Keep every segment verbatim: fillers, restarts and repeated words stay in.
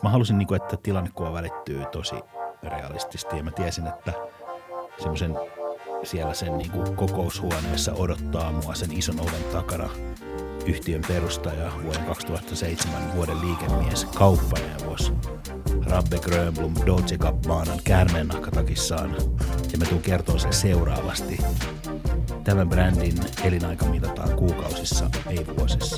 mä halusin, niin kuin, että tilannekuva välittyy tosi realistisesti ja mä tiesin, että semmoisen siellä sen niin kuin kokoushuoneessa odottaa mua sen ison oven takana yhtiön perustaja, vuoden kaksituhattaseitsemän vuoden liikemies, kauppaneuvos, Rabbe Grönblom, Dolce Gabbanan käärmeennahkatakissaan, ja mä tuun kertoa sen seuraavasti. Tämän brändin elinaika mitataan kuukausissa, ei vuosissa.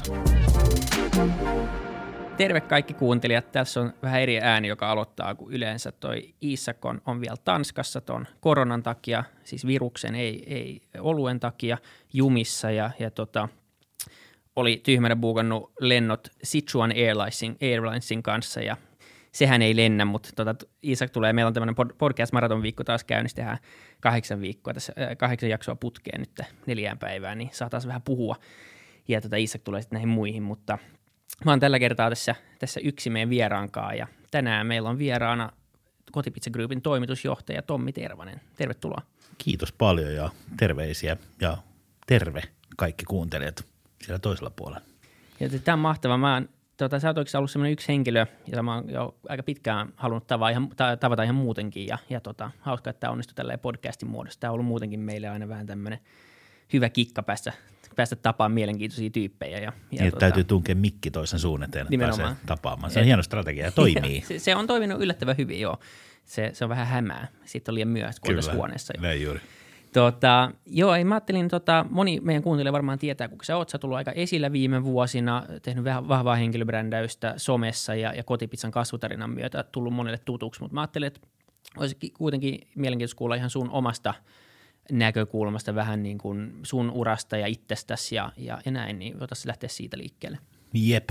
Terve kaikki kuuntelijat. Tässä on vähän eri ääni, joka aloittaa, kun yleensä toi Iisak on, on vielä Tanskassa ton koronan takia, siis viruksen, ei, ei oluen takia, jumissa ja, ja tota, oli tyhmänä buukannut lennot Sichuan Airlinesin, Airlinesin kanssa ja sehän ei lennä, mutta tota, Iisak tulee, meillä on tämmöinen podcast-maraton viikko taas käynnissä, tehdään kahdeksan viikkoa, tässä äh, kahdeksan jaksoa putkeen nyt neljään päivään, niin saa taas vähän puhua ja tota, Iisak tulee sitten näihin muihin, mutta mä oon tällä kertaa tässä, tässä yksi meidän vieraankaan ja tänään meillä on vieraana Kotipizza Groupin toimitusjohtaja Tommi Tervanen. Tervetuloa. Kiitos paljon ja terveisiä ja terve kaikki kuuntelijat siellä toisella puolella. Tämä on mahtavaa. Mä oon, tota, sä oot oikeastaan ollut sellainen yksi henkilö, jota mä oon jo aika pitkään halunnut tavata ihan, tavata ihan muutenkin ja, ja tota, hauska, että tämä onnistui tälleen podcastin muodossa. Tämä on ollut muutenkin meille aina vähän tämmöinen hyvä kikka päästä, päästä tapaamaan mielenkiintoisia tyyppejä. Ja, ja niin, tota, täytyy tunkea mikki toisen suun eteen, että pääsee tapaamaan. Se on Et, hieno strategia ja toimii. se, se on toiminut yllättävän hyvin, joo. Se, se on vähän hämää. Sitten on liian myöhäistä, kun on tässä huoneessa. Kyllä, juuri. Tota, joo, mä ajattelin, tota, moni meidän kuuntelija varmaan tietää, kuka sä oot. Sä oot tullut aika esillä viime vuosina, tehnyt vähän vahvaa henkilöbrändäystä somessa ja, ja Kotipizzan kasvutarinan myötä tullut monelle tutuksi, mutta mä ajattelin, että olisi kuitenkin mielenkiintoista kuulla ihan sun omasta näkökulmasta vähän niin kuin sun urasta ja itsestäsi ja, ja, ja näin, niin voitaisiin lähteä siitä liikkeelle. Jep.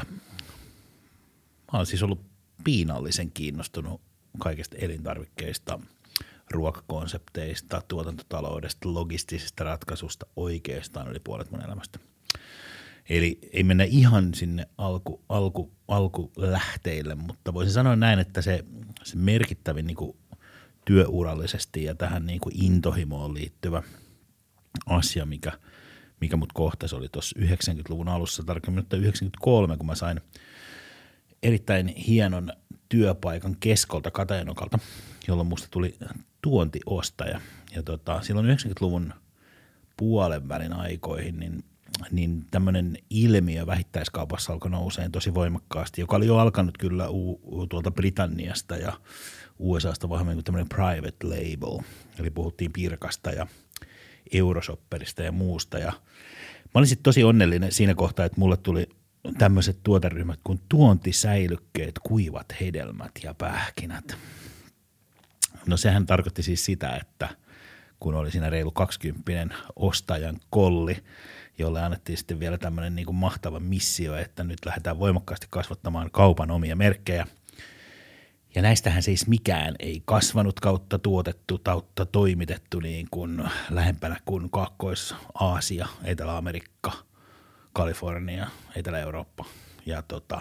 Mä oon siis ollut piinallisen kiinnostunut kaikista elintarvikkeista, ruokakonsepteista, tuotantotaloudesta, logistisista ratkaisusta oikeastaan yli puolet mun elämästä. Eli ei mennä ihan sinne alku, alku, alkulähteille, mutta voisin sanoa näin, että se, se merkittävin niin kuin työurallisesti ja tähän niin kuin intohimoon liittyvä asia, mikä, mikä mut kohtasi, oli tuossa yhdeksänkymmentäluvun alussa, tarkemmin yhdeksänkymmentäkolme, kun mä sain erittäin hienon työpaikan Keskolta Katajanokalta, jolloin musta tuli tuontiostaja. Ja tota, silloin yhdeksänkymmentäluvun puolen välin aikoihin, niin, niin tämmöinen ilmiö vähittäiskaupassa alkoi nouseen tosi voimakkaasti, joka oli jo alkanut kyllä u, u, tuolta Britanniasta ja U S A:sta vahvemmin kuin tämmöinen private label. Eli puhuttiin Pirkasta ja Euroshopperista ja muusta. Ja mä olin sitten tosi onnellinen siinä kohtaa, että mulle tuli tämmöiset tuoteryhmät kuin tuontisäilykkeet, kuivat hedelmät ja pähkinät. No sehän tarkoitti siis sitä, että kun oli siinä reilu kaksikymppinen ostajan kolli, jolle annettiin sitten vielä tämmöinen niin kuin mahtava missio, että nyt lähdetään voimakkaasti kasvattamaan kaupan omia merkkejä. Ja näistähän siis mikään ei kasvanut kautta tuotettu kautta toimitettu niin kuin lähempänä kuin Kaakkois-Aasia, Etelä-Amerikka, Kalifornia, Etelä-Eurooppa ja tota,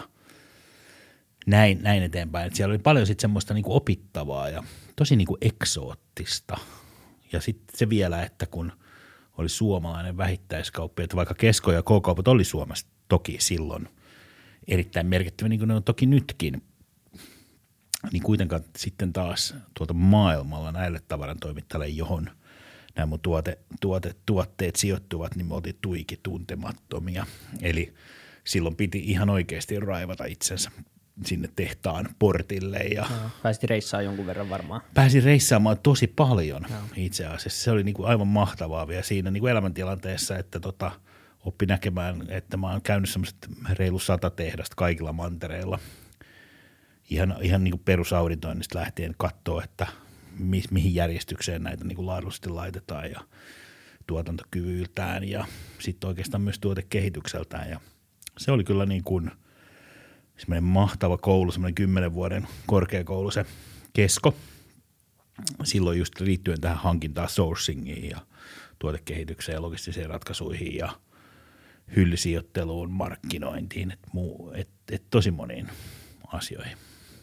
näin, näin eteenpäin. Et siellä oli paljon sitten semmoista niinku opittavaa ja tosi niinku eksoottista. Ja sitten se vielä, että kun oli suomalainen vähittäiskauppi, että vaikka Kesko ja K-kaupat oli Suomessa toki silloin erittäin merkittävä, niin kuin ne on toki nytkin, niin kuitenkaan sitten taas tuolta maailmalla näille tavarantoimittajille, johon nämä mun tuote, tuote, tuotteet sijoittuvat, niin me oltiin tuiki tuntemattomia. Eli silloin piti ihan oikeasti raivata itsensä sinne tehtaan portille. Ja no, pääsit reissaamaan jonkun verran varmaan. Pääsin reissaamaan tosi paljon no. itse asiassa. Se oli niin kuin aivan mahtavaa vielä siinä niin kuin elämäntilanteessa, että tota, oppi näkemään, että mä oon käynyt semmoiset reilu sata tehdasta kaikilla mantereilla. Ihan, ihan niin kuin perusauditoinnista lähtien katsoa, että mi, mihin järjestykseen näitä niin kuin laadullisesti laitetaan ja tuotantokyvyltään ja sitten oikeastaan myös tuotekehitykseltään. Ja se oli kyllä niin kuin semmoinen mahtava koulu, semmoinen kymmenen vuoden korkeakoulu se Kesko. Silloin just liittyen tähän hankintaan, sourcingiin ja tuotekehitykseen ja logistisiin ratkaisuihin ja hyllysijoitteluun, markkinointiin, että et, et tosi moniin asioihin.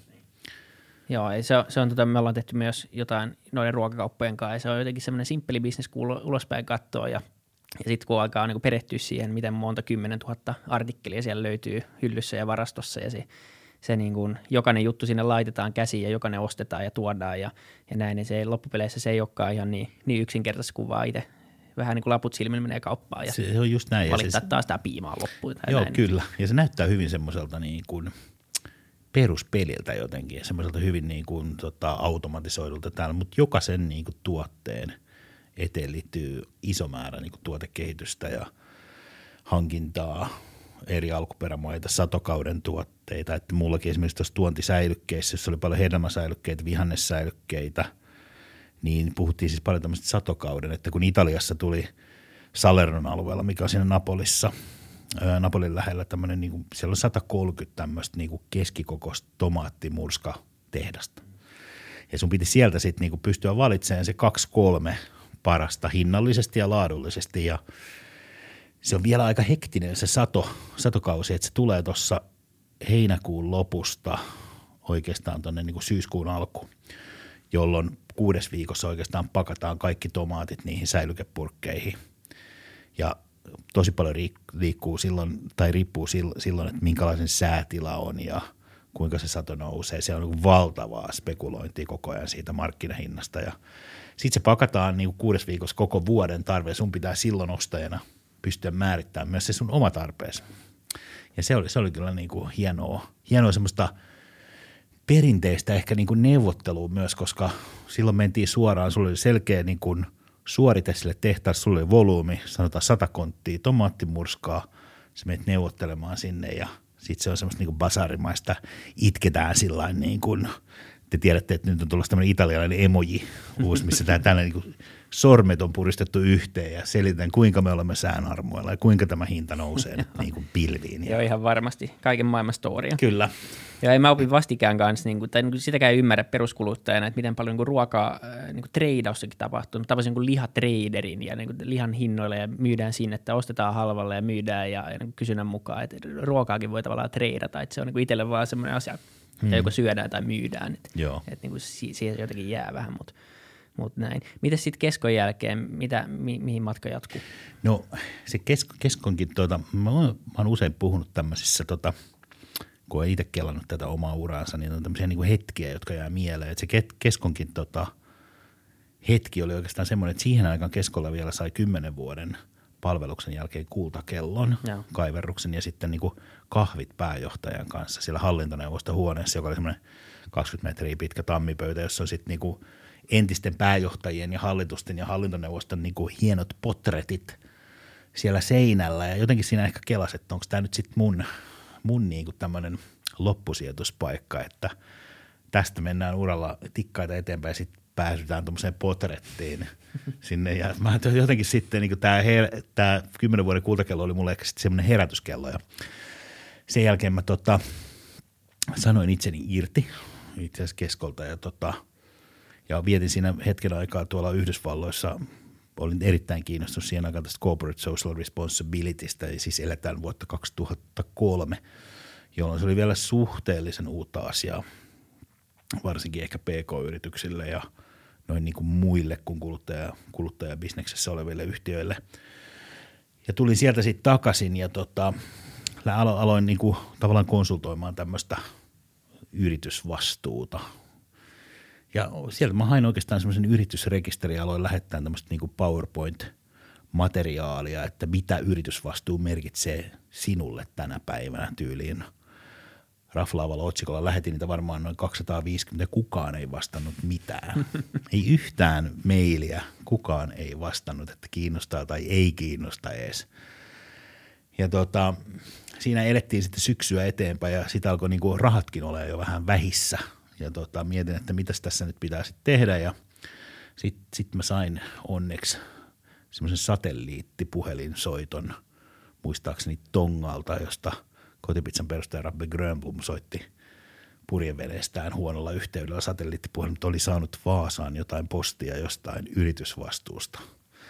Joo, se, se on, tota, me ollaan tehty myös jotain noiden ruokakauppojen kanssa, ja se on jotenkin semmoinen simppeli bisnes, kun ulospäin katsoo, ja, ja sitten kun alkaa niin kun perehtyä siihen, miten monta kymmenen tuhatta artikkelia siellä löytyy hyllyssä ja varastossa, ja se, se niin kuin, jokainen juttu sinne laitetaan käsiin ja jokainen ostetaan ja tuodaan ja, ja näin, niin se loppupeleissä se ei olekaan ihan niin, niin yksinkertaisesti kuin vaan itse. Vähän niin kuin laput silmillä menee kauppaan ja se on just näin. valittaa ja se, taas tämä piimaa loppuun. Joo, näin. kyllä. Ja se näyttää hyvin semmoiselta niin kuin peruspeliltä jotenkin, semmoiselta hyvin niin kuin, tota, automatisoidulta täällä, mutta jokaisen niin kuin tuotteen eteen liittyy iso määrä niin kuin tuotekehitystä ja hankintaa, eri alkuperämaita, satokauden tuotteita. Että mullakin esimerkiksi tuossa tuontisäilykkeissä, jossa oli paljon hedelmäsäilykkeitä, vihannessäilykkeitä, niin puhuttiin siis paljon tämmöistä satokauden, että kun Italiassa tuli Salernon alueella, mikä on siinä Napolissa, ää, Napolin lähellä tämmöinen, niin kuin, siellä on sata kolmekymmentä tämmöistä niin kuin keskikokoista tomaattimurskatehdasta. Ja sun piti sieltä sitten niin kuin pystyä valitsemaan se kaksi kolme parasta hinnallisesti ja laadullisesti ja se on vielä aika hektinen se sato, satokausi, että se tulee tuossa heinäkuun lopusta oikeastaan tuonne niin kuin syyskuun alkuun, jolloin kuudes viikossa oikeastaan pakataan kaikki tomaatit niihin säilykepurkkeihin. Ja tosi paljon liikkuu silloin, tai riippuu silloin, että minkälainen säätila on ja kuinka se sato nousee. Se on niin kuin valtavaa spekulointia koko ajan siitä markkinahinnasta. Ja sitten se pakataan niin kuin kuudes viikossa koko vuoden tarve. Sun pitää silloin ostajana pystyä määrittämään myös se sun oma tarpeesi. Ja se oli, se oli kyllä niin kuin hienoa, hienoa semmoista perinteistä ehkä niin kuin neuvottelua myös, koska silloin mentiin suoraan, sulla oli selkeä niin kuin suorite sille tehtaalle, sulla oli volyymi, sanotaan sata konttia tomaattimurskaa, sä menet neuvottelemaan sinne ja sitten se on semmoista niin kuin basarimaista, itketään sillain niin kuin, te tiedätte, että nyt on tullut tämmöinen italialainen emoji uusi, missä tämä tällainen niin kuin sormet on puristettu yhteen ja selitän, kuinka me olemme säänarmoilla ja kuinka tämä hinta nousee nyt niin kuin pilviin. Joo, ihan varmasti. Kaiken maailman storia. Kyllä. Ja en mä opin vastikään kanssa, niin kuin, tai niin kuin sitäkään ei ymmärrä peruskuluttajana, että miten paljon niin kuin ruokaa niin kuin treidaussakin tapahtuu. Mä tapasin niin lihatraderin ja niin kuin lihan hinnoilla ja myydään sinne, että ostetaan halvalla ja myydään ja, ja niin kysynnän mukaan. Että ruokaakin voi tavallaan treidata, että se on niin kuin itselle vaan semmoinen asia, hmm. joko syödään tai myydään. Että, että niin kuin siihen jotenkin jää vähän, mutta mut näin. Mites sitten keskon jälkeen, mitä, mi, mihin matka jatkuu? No se kesk, keskonkin, tuota, mä oon, mä oon usein puhunut tämmöisissä tota, kun olen itse kelannut tätä omaa uraansa, niin on tämmöisiä niin kuin hetkiä, jotka jää mieleen. Et se keskonkin tota, hetki oli oikeastaan semmoinen, että siihen aikaan keskolla vielä sai kymmenen vuoden palveluksen jälkeen kultakellon, no. kaiverruksen ja sitten niin kuin kahvit pääjohtajan kanssa siellä hallintoneuvoston huoneessa, joka oli semmoinen kaksikymmentä metriä pitkä tammipöytä, jossa on sitten niin kuin entisten pääjohtajien ja hallitusten ja hallintoneuvoston niin kuin hienot potretit siellä seinällä ja jotenkin siinä ehkä kelasi, että onko tämä nyt sitten mun mun niin kuin tämmöinen loppusijoituspaikka, että tästä mennään uralla tikkaita eteenpäin ja sitten pääsytään tuommoiseen potrettiin sinne. Ja mä jotenkin sitten, niin kuin tämä, her, tämä kymmenen vuoden kultakello oli mulle ehkä sitten semmoinen herätyskello. Ja sen jälkeen mä tota, sanoin itseni irti itse asiassa keskolta ja, tota, ja vietin siinä hetken aikaa tuolla Yhdysvalloissa. Olin erittäin kiinnostunut siihen aikaan tästä corporate social responsibilitystä, ja siis eletään vuotta kaksituhattakolme, jolloin se oli vielä suhteellisen uutta asiaa, varsinkin ehkä P K-yrityksille ja noin niin kuin muille kuin kuluttaja, kuluttajabisneksessä oleville yhtiöille. Ja tulin sieltä sitten takaisin ja tota, alo, aloin niin kuin tavallaan konsultoimaan tämmöistä yritysvastuuta. Ja sieltä mä hain oikeastaan semmoisen yritysrekisterin ja aloin lähettää tämmöistä niin kuin PowerPoint-materiaalia, että mitä yritysvastuu merkitsee sinulle tänä päivänä tyyliin. Raflaavalla otsikolla lähetin niitä varmaan noin kaksisataaviisikymmentä, kukaan ei vastannut mitään. Ei yhtään mailia, kukaan ei vastannut, että kiinnostaa tai ei kiinnosta edes. Ja tota, siinä elettiin sitten syksyä eteenpäin ja sitä alkoi niin kuin rahatkin olla jo vähän vähissä. Ja tota, mietin, että mitäs tässä nyt pitää sitten tehdä ja sitten sit mä sain onneksi semmoisen satelliittipuhelinsoiton muistaakseni Tongalta, josta Kotipizzan perustaja Rabbe Grönblom soitti purjeveneestään huonolla yhteydellä satelliittipuhelin, mutta oli saanut Vaasaan jotain postia jostain yritysvastuusta.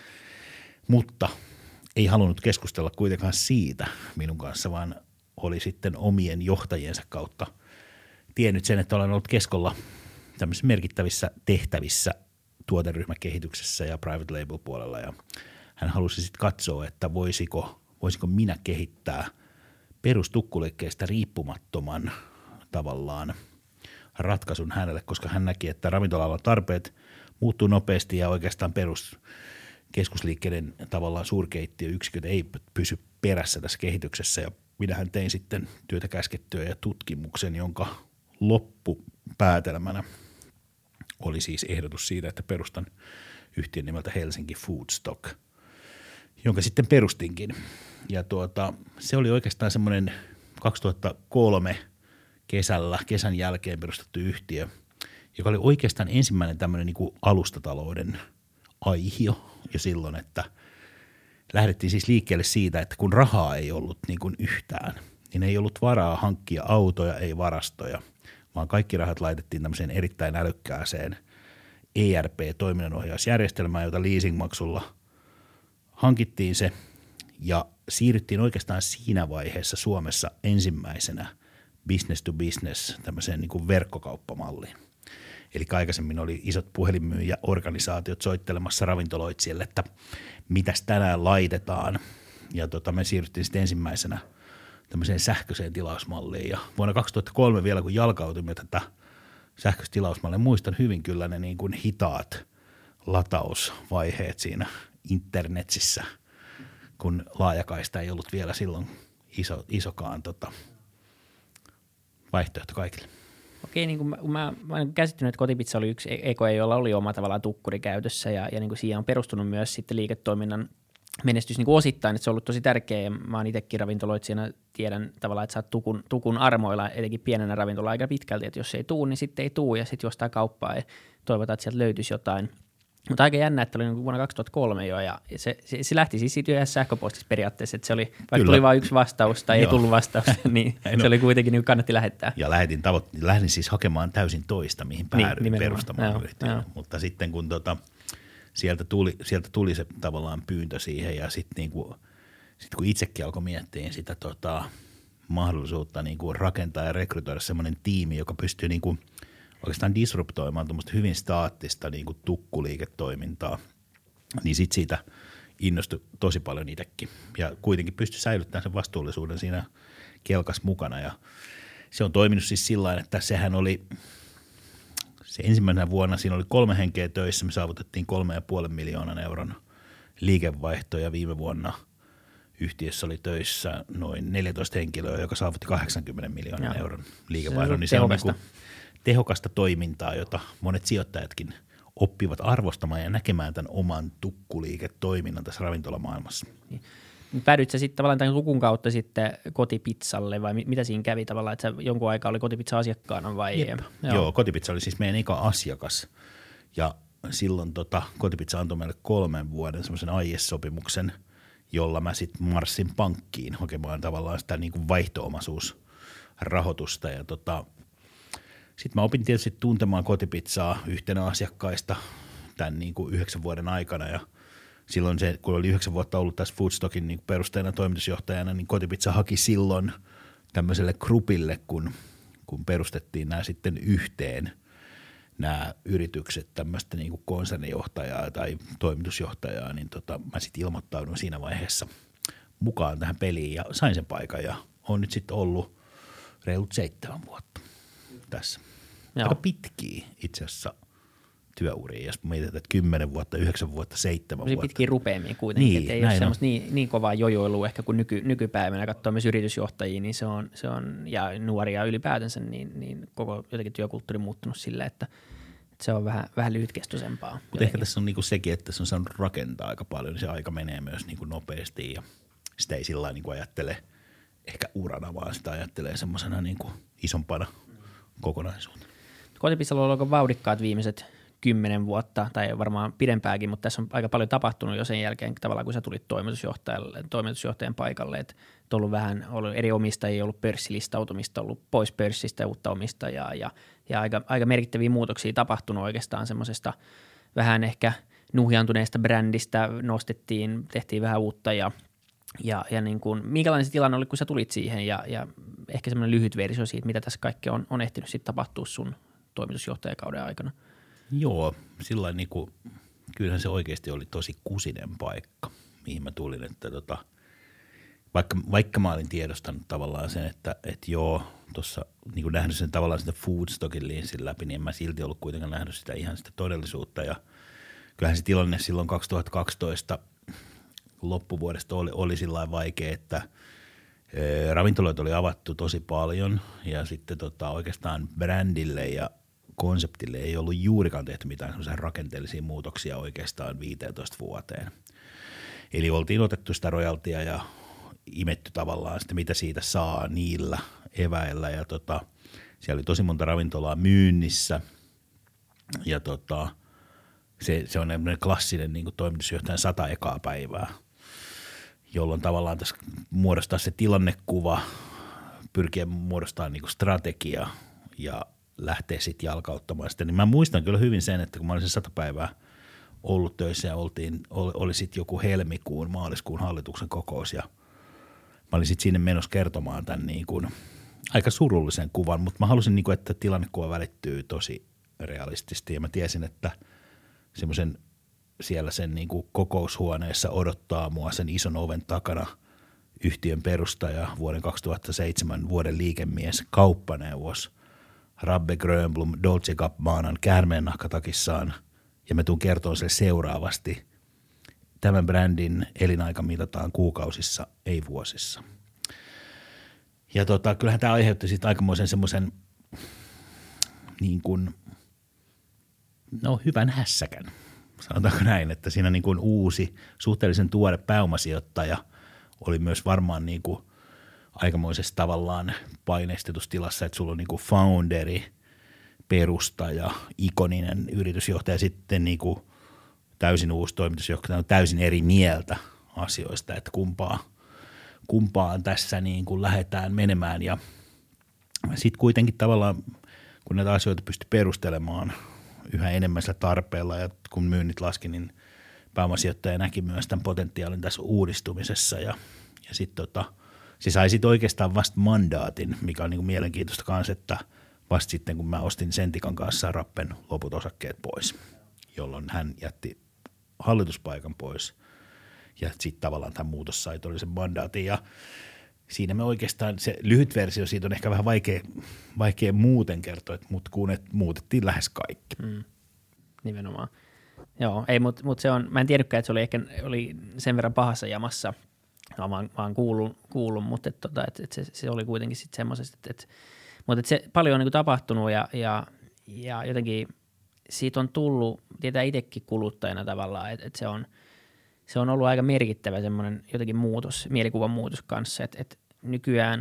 Mutta ei halunnut keskustella kuitenkaan siitä minun kanssa, vaan oli sitten omien johtajiensa kautta tiennyt sen, että olen ollut keskolla tämmöisissä merkittävissä tehtävissä tuoteryhmäkehityksessä ja private label puolella ja hän halusi sitten katsoa, että voisiko, voisiko minä kehittää perustukkuliikkeestä riippumattoman tavallaan ratkaisun hänelle, koska hän näki, että ravintolalla tarpeet muuttuu nopeasti ja oikeastaan perus keskusliikkeiden tavallaan suurkeittiöyksiköt ei pysy perässä tässä kehityksessä ja minähän tein sitten työtä käskettyä ja tutkimuksen, jonka loppupäätelmänä oli siis ehdotus siitä, että perustan yhtiön nimeltä Helsinki Foodstock, jonka sitten perustinkin. Ja tuota, se oli oikeastaan semmoinen kaksituhattakolme kesällä, kesän jälkeen perustettu yhtiö, joka oli oikeastaan ensimmäinen tämmöinen niin kuin alustatalouden aihio jo silloin, että lähdettiin siis liikkeelle siitä, että kun rahaa ei ollut niin kuin yhtään, niin ei ollut varaa hankkia autoja, ei varastoja, vaan kaikki rahat laitettiin tämmöiseen erittäin älykkääseen E R P-toiminnanohjausjärjestelmään, jota leasingmaksulla hankittiin se ja siirryttiin oikeastaan siinä vaiheessa Suomessa ensimmäisenä business to business tämmöiseen niin kuin verkkokauppamalliin. Eli aikaisemmin oli isot puhelinmyyjäorganisaatiot soittelemassa ravintoloitsijalle, että mitäs tänään laitetaan. Ja tota, me siirryttiin sitten ensimmäisenä tämmöiseen sähköiseen tilausmalliin. Ja vuonna kaksituhattakolme vielä, kun jalkautimme tätä sähköistä tilausmallia, muistan hyvin kyllä ne niin kuin hitaat latausvaiheet siinä internetissä, kun laajakaista ei ollut vielä silloin iso, isokaan tota, vaihtoehto kaikille. Okei, niin kuin mä, mä, mä olen käsittänyt, että Kotipizza oli yksi E K E, jolla oli oma tavallaan tukkuri käytössä ja, ja niin kuin siihen on perustunut myös sitten liiketoiminnan menestys niin kuin osittain, että se on ollut tosi tärkeä ja mä oon itsekin ravintoloitsijana tiedän tavallaan, että sä oot tukun, tukun armoilla etenkin pienenä ravintola aika pitkälti, että jos ei tuu, niin sitten ei tuu ja sitten jostain kauppaa ja toivotaan, että sieltä löytyisi jotain. Mutta aika jännä, että oli vuonna kaksituhattakolme jo ja se, se, se lähti siis siitä yhdessä sähköpostissa periaatteessa, että se oli, vaikka Kyllä. tuli vain yksi vastaus tai ei tullut vastausta, niin se oli kuitenkin niin kannatti lähettää. Ja lähdin, tavoitt- lähdin siis hakemaan täysin toista, mihin päädyin niin, perustamaan yhtiön, mutta sitten kun tota, sieltä, tuli, sieltä tuli se tavallaan pyyntö siihen ja sitten niinku, sit kun itsekin alkoi miettiä sitä tota, mahdollisuutta niinku rakentaa ja rekrytoida semmoinen tiimi, joka pystyy niinku oikeastaan disruptoimaan tuommoista hyvin staattista niin kuin tukkuliiketoimintaa, niin sitten siitä innostui tosi paljon itsekin. Ja kuitenkin pystyi säilyttämään sen vastuullisuuden siinä kelkas mukana. Ja se on toiminut siis sillä tavalla, että sehän oli, se ensimmäisenä vuonna siinä oli kolme henkeä töissä, me saavutettiin kolme ja puolen miljoonan euron liikevaihto ja viime vuonna yhtiössä oli töissä noin neljätoista henkilöä, joka saavutti kahdeksankymmentä miljoonan ja euron liikevaihdon. Niin se on niin kuin tehokasta toimintaa, jota monet sijoittajatkin oppivat arvostamaan ja näkemään tämän oman tukkuliiketoiminnan tässä ravintolamaailmassa. Niin. Päädyit sä sitten tavallaan tämän lukun kautta sitten Kotipizzalle vai mitä siinä kävi tavallaan, että sä jonkun aikaa oli Kotipizza asiakkaana vai? Jep. Joo. Joo, Kotipizza oli siis meidän eka asiakas ja silloin tota, Kotipizza antoi meille kolmen vuoden semmoisen aiesopimuksen, jolla mä sitten marssin pankkiin hakemaan tavallaan sitä niin kuin vaihto-omaisuusrahoitusta ja tota, sitten mä opin tietysti tuntemaan Kotipizzaa yhtenä asiakkaista tämän niin kuin yhdeksän vuoden aikana ja silloin se, kun oli yhdeksän vuotta ollut tässä Foodstockin niin perusteena toimitusjohtajana, niin Kotipizza haki silloin tämmöiselle grupille, kun, kun perustettiin nämä sitten yhteen nämä yritykset, tämmöistä niin kuin konsernijohtajaa tai toimitusjohtajaa, niin tota, mä sitten ilmoittaudun siinä vaiheessa mukaan tähän peliin ja sain sen paikan ja on nyt sitten ollut reilut seitsemän vuotta tässä. Joo. Aika pitkiä itse asiassa työuria, jos mietitään, että kymmenen vuotta, yhdeksän vuotta, seitsemän vuotta. Pitkiä rupeamia kuitenkin, niin, että ei ole semmoista niin, niin kovaa jojoilua ehkä kuin nyky, nykypäivänä. Katsoo myös yritysjohtajia, niin se on, se on ja nuoria ylipäätänsä, niin, niin koko jotenkin työkulttuuri muuttunut sille, että, että se on vähän, vähän lyhytkestoisempaa. Mutta ehkä tässä on niinku sekin, että se on saanut rakentaa aika paljon, niin se aika menee myös niinku nopeasti ja sitä ei sillä niinku ajattele ehkä urana, vaan sitä ajattelee semmoisena niinku isompana kokonaisuutena. Kotipizzalla on aika vauhdikkaat viimeiset kymmenen vuotta tai varmaan pidempääkin, mutta tässä on aika paljon tapahtunut jo sen jälkeen tavallaan, kun sä tulit toimitusjohtajalle, toimitusjohtajan paikalle, että on ollut vähän ollut eri omistajia, ollut pörssilistautumista, ollut pois pörssistä uutta omistajaa ja, ja aika, aika merkittäviä muutoksia tapahtunut oikeastaan semmoisesta vähän ehkä nuhjaantuneesta brändistä nostettiin, tehtiin vähän uutta ja Ja, ja niin kuin, minkälainen se tilanne oli, kun sä tulit siihen ja, ja ehkä semmoinen lyhyt versio siitä, mitä tässä kaikkea on, on ehtinyt sitten tapahtua sun toimitusjohtajakauden aikana? Joo, sillain niin kuin, kyllähän se oikeasti oli tosi kusinen paikka, mihin mä tulin, että tota, vaikka, vaikka mä olin tiedostanut tavallaan sen, että, että joo, tuossa niin kuin nähnyt sen tavallaan sitä Foodstockin linssin läpi, niin en mä silti ollut kuitenkaan nähnyt sitä ihan sitä todellisuutta. Ja kyllähän se tilanne silloin kaksituhattakaksitoista loppuvuodesta oli, oli sillä vaikea, että e, ravintoloita oli avattu tosi paljon ja sitten tota, oikeastaan brändille ja konseptille ei ollut juurikaan tehty mitään semmoisia rakenteellisia muutoksia oikeastaan viisitoista vuoteen. Eli oltiin otettu sitä royaltia ja imetty tavallaan sitä, mitä siitä saa niillä eväillä. Ja tota, siellä oli tosi monta ravintolaa myynnissä. Ja tota, se, se on klassinen niin kuin toimitusjohtajan sata ekaa päivää, jolloin tavallaan tässä muodostaa se tilannekuva, pyrkiä muodostamaan niin kuin strategia ja lähteä sitten jalkauttamaan sitä. Niin mä muistan kyllä hyvin sen, että kun mä olin sen sata päivää ollut töissä ja oltiin, oli, oli sitten joku helmikuun, maaliskuun hallituksen kokous ja mä olin sitten sinne menossa kertomaan tämän niin kuin aika surullisen kuvan, mutta mä halusin, niin kuin, että tilannekuva välittyy tosi realistisesti ja mä tiesin, että semmoisen siellä sen niin kuin kokoushuoneessa odottaa mua sen ison oven takana yhtiön perustaja, vuoden kaksituhattaseitsemän vuoden liikemies, kauppaneuvos, Rabbe Grönblom, Dolce Gabbanan käärmeen nahkatakissaan ja mä tuun kertoa sille seuraavasti. Tämän brändin elinaika mitataan kuukausissa, ei vuosissa. Ja tota, kyllähän tämä aiheutti sitten aikamoisen semmoisen niin kuin, no hyvän hässäkän. Sanotaanko näin, että siinä niin kuin uusi, suhteellisen tuore pääomasijoittaja oli myös varmaan niin kuin aikamoisessa tavallaan paineistetustilassa, että sulla on niin kuin founderi, perustaja, ikoninen yritysjohtaja, sitten niin kuin täysin uusi toimitusjohtaja on täysin eri mieltä asioista, että kumpaa, kumpaan tässä niin kuin lähdetään menemään. Ja sitten kuitenkin tavallaan, kun näitä asioita pystyi perustelemaan yhä enemmän sillä tarpeella ja kun myynnit laski, niin pääomasijoittaja näki myös tämän potentiaalin tässä uudistumisessa ja, ja sitten tota, se sai sitten oikeastaan vasta mandaatin, mikä on niin kuin mielenkiintoista kanssa, että vasta sitten kun mä ostin Sentikan kanssa Rappen loput osakkeet pois, jolloin hän jätti hallituspaikan pois ja sitten tavallaan tämä muutos sai todellisen mandaatin ja siinä me oikeastaan, se lyhyt versio siitä on ehkä vähän vaikea, vaikea muuten kertoa, mutta kun et muutettiin lähes kaikki. Mm, nimenomaan. Joo, ei, mutta mut se on, mä en tiedäkään, että se oli ehkä oli sen verran pahassa jamassa, no, mä oon, mä oon kuullut, kuullut, mutta et, tota, et, et se, se oli kuitenkin sitten semmoisesta, että et, mutta et se paljon on niinku tapahtunut ja, ja, ja jotenkin siitä on tullut, tietää itsekin kuluttajana tavallaan, että et se on, se on ollut aika merkittävä semmoinen jotenkin muutos, mielikuvan muutos kanssa, että et nykyään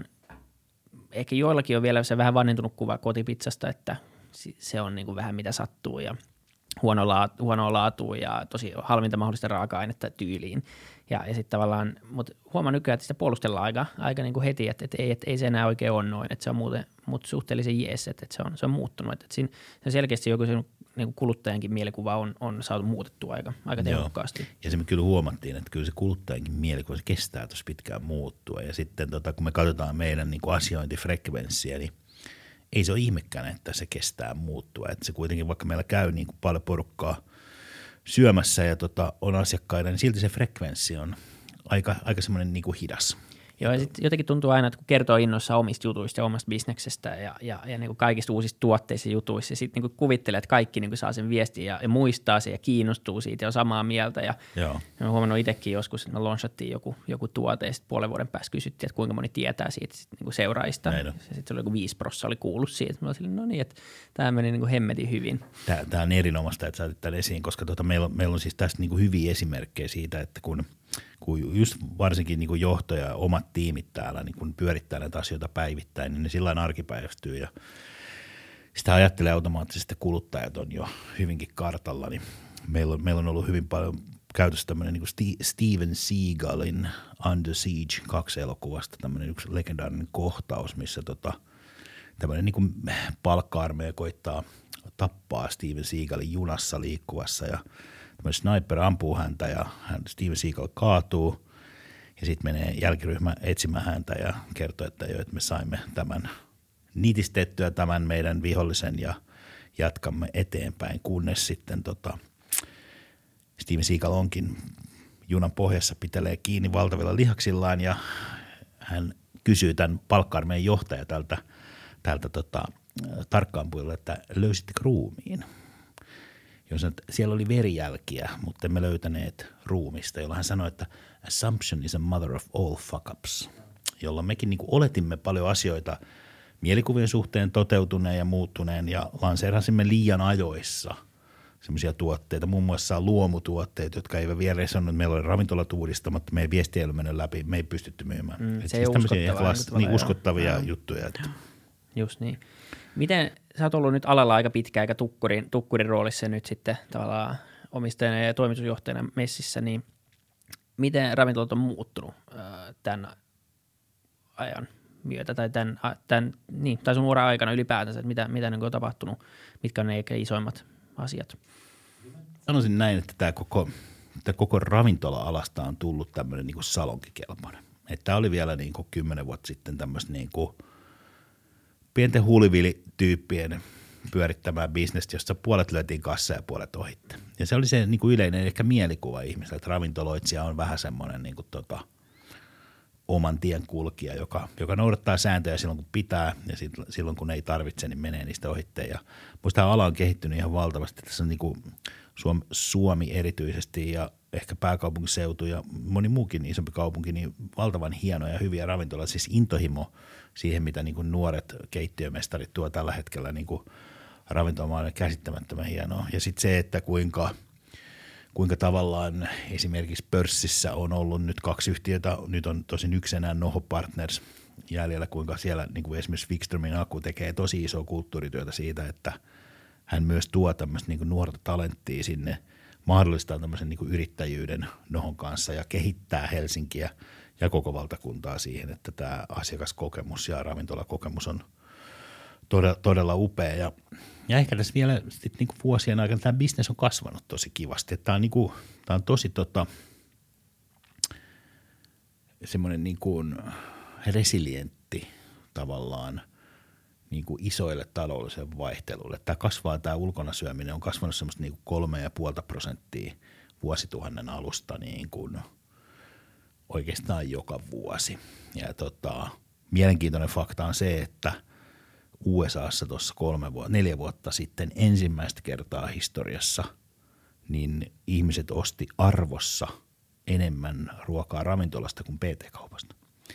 ehkä joillakin on vielä se vähän vanhentunut kuva kotipizzasta, että se on niinku vähän mitä sattuu ja huono laatu, huonoa laatua ja tosi halvinta mahdollista raaka-ainetta tyyliin. Ja, ja sitten tavallaan, mutta huomaan nykyään, että sitä puolustellaan aika, aika niin kuin heti, että, että, ei, että ei se enää oikein ole noin, että se on muuten, mutta suhteellisen jees, että, että se, on, se on muuttunut. Että, että siinä se selkeästi joku se, niin kuin kuluttajankin mielikuva on, on saatu muutettua aika, aika tehokkaasti. Ja se me kyllä huomattiin, että kyllä se kuluttajankin mielikuva se kestää tuossa pitkään muuttua. Ja sitten tota, kun me katsotaan meidän niin kuin asiointifrekvenssiä, niin ei se ole ihmekään, että se kestää muuttua. Että se kuitenkin, vaikka meillä käy niin kuin paljon porukkaa syömässä ja tota, on asiakkaita, niin silti se frekvenssi on aika, aika semmoinen niin kuin hidas. Joo, ja sitten jotenkin tuntuu aina, että kun kertoo innossa omista jutuista ja omasta bisneksestä ja, ja, ja niin kuin kaikista uusista tuotteista ja jutuista, ja sitten niin kuin kuvittelee, että kaikki niin kuin saa sen viestin ja, ja muistaa sen ja kiinnostuu siitä ja on samaa mieltä. Ja Joo. olen huomannut itsekin joskus, että me launchattiin joku, joku tuote ja sitten puolen vuoden päästä kysyttiin, että kuinka moni tietää siitä sit niin kuin seuraajista. Ja sitten oli joku viisi prosenttia oli kuullut siitä. Mä olin, no niin, että tämä meni niin kuin hemmetin hyvin. Tämä, tämä on erinomaista, että sä otit tämän esiin, koska tuota, meillä, on, meillä on siis tästä niin kuin hyviä esimerkkejä siitä, että kun kun just varsinkin niin kuin johto ja omat tiimit täällä niin kun pyörittää näitä asioita päivittäin, niin ne sillä lailla arkipäivästyy ja sitä ajattelee automaattisesti, että kuluttajat on jo hyvinkin kartalla, niin meillä on, meillä on ollut hyvin paljon käytössä tämmöinen niin kuin Steven Seagalin Under Siege kaksi elokuvasta tämmöinen yksi legendaarinen kohtaus, missä tota, tämmöinen niin kuin palkka-armeija koittaa tappaa Steven Seagalin junassa liikkuvassa ja tämmöinen sniper ampuu häntä ja hän, Steven Seagal kaatuu ja sitten menee jälkiryhmä etsimään häntä ja kertoo, että, jo, että me saimme tämän nitistettyä tämän meidän vihollisen ja jatkamme eteenpäin, kunnes sitten tota, Steven Seagal onkin junan pohjassa, pitelee kiinni valtavilla lihaksillaan ja hän kysyy tämän palkka-armeijan johtaja tältä, tältä tota, tarkkaampuilta, että löysittekö ruumiin? Jos että siellä oli verijälkiä, mutta emme löytäneet ruumista, jolla hän sanoi, että assumption is a mother of all fuck-ups, jolla mekin niin kuin oletimme paljon asioita mielikuvien suhteen toteutuneen ja muuttuneen ja lanseerasimme liian ajoissa semmoisia tuotteita, muun muassa luomutuotteita, jotka eivät vielä resonneet. Meillä oli ravintolat uudistamatta, meidän viesti ei ole mennyt läpi, me ei pystytty myymään. Mm, se siis ei ole uskottavaa. Klas, niin uskottavia joo. juttuja. Että. Just niin. Miten sä oot ollut nyt alalla aika pitkä aika tukkurin, tukkurin roolissa nyt sitten tavallaan omistajana ja toimitusjohtajana messissä, niin miten ravintolat on muuttunut äh, tämän ajan myötä tai tämän, tämän niin, tai sun uran aikana ylipäätänsä, että mitä, mitä on tapahtunut, mitkä on ne ehkä isoimmat asiat? Sanoisin näin, että tämä koko, tämä koko ravintola-alasta on tullut tämmöinen niin kuin salonkikelpoinen. Että tämä oli vielä niin kuin kymmenen vuotta sitten tämmöistä niin kuin pienten huulivili-tyyppien pyörittämään bisnestä, jossa puolet lyötiin kassa ja puolet ohitte. Ja se oli se niin kuin yleinen ehkä mielikuva ihmisellä, että ravintoloitsija on vähän semmoinen niin kuin tota, oman tien kulkija, joka, joka noudattaa sääntöjä silloin, kun pitää ja silloin, kun ei tarvitse, niin menee niistä ohitteen. Ja musta tämä ala on kehittynyt ihan valtavasti. Tässä on niin kuin Suomi, Suomi erityisesti ja ehkä pääkaupunkiseutu ja moni muukin isompi kaupunki, niin valtavan hienoja ja hyviä ravintoloita. Siis intohimo siihen, mitä niin kuin nuoret keittiömestarit tuo tällä hetkellä niin kuin ravintolamaailman käsittämättömän hienoa. Ja sitten se, että kuinka kuinka tavallaan esimerkiksi pörssissä on ollut nyt kaksi yhtiötä, nyt on tosin yksi enää Noho Partners jäljellä, kuinka siellä niin kuin esimerkiksi Wikströmin Aku tekee tosi isoa kulttuurityötä siitä, että hän myös tuo tämmöistä niin kuin nuorta talenttia sinne, mahdollistaa tämmöisen niin kuin yrittäjyyden Nohon kanssa ja kehittää Helsinkiä ja koko valtakuntaa siihen, että tämä asiakaskokemus ja ravintolakokemus on todella, todella upea ja Ja ehkä tässä vielä sit niinku vuosien aikana tämä bisnes on kasvanut tosi kivasti. Tämä on, niinku, tää on tosi tota, semmoinen niinku resilientti tavallaan niinku isoille taloudelliselle vaihteluille. Tämä kasvaa, tämä ulkona syöminen on kasvanut semmoista niinku kolme ja puolta prosenttia vuosituhannen alusta niinku oikeastaan joka vuosi. Ja tota, mielenkiintoinen fakta on se, että U S A:ssa tuossa kolme vuotta, neljä vuotta sitten ensimmäistä kertaa historiassa, niin ihmiset osti arvossa enemmän ruokaa ravintolasta kuin P T-kaupasta.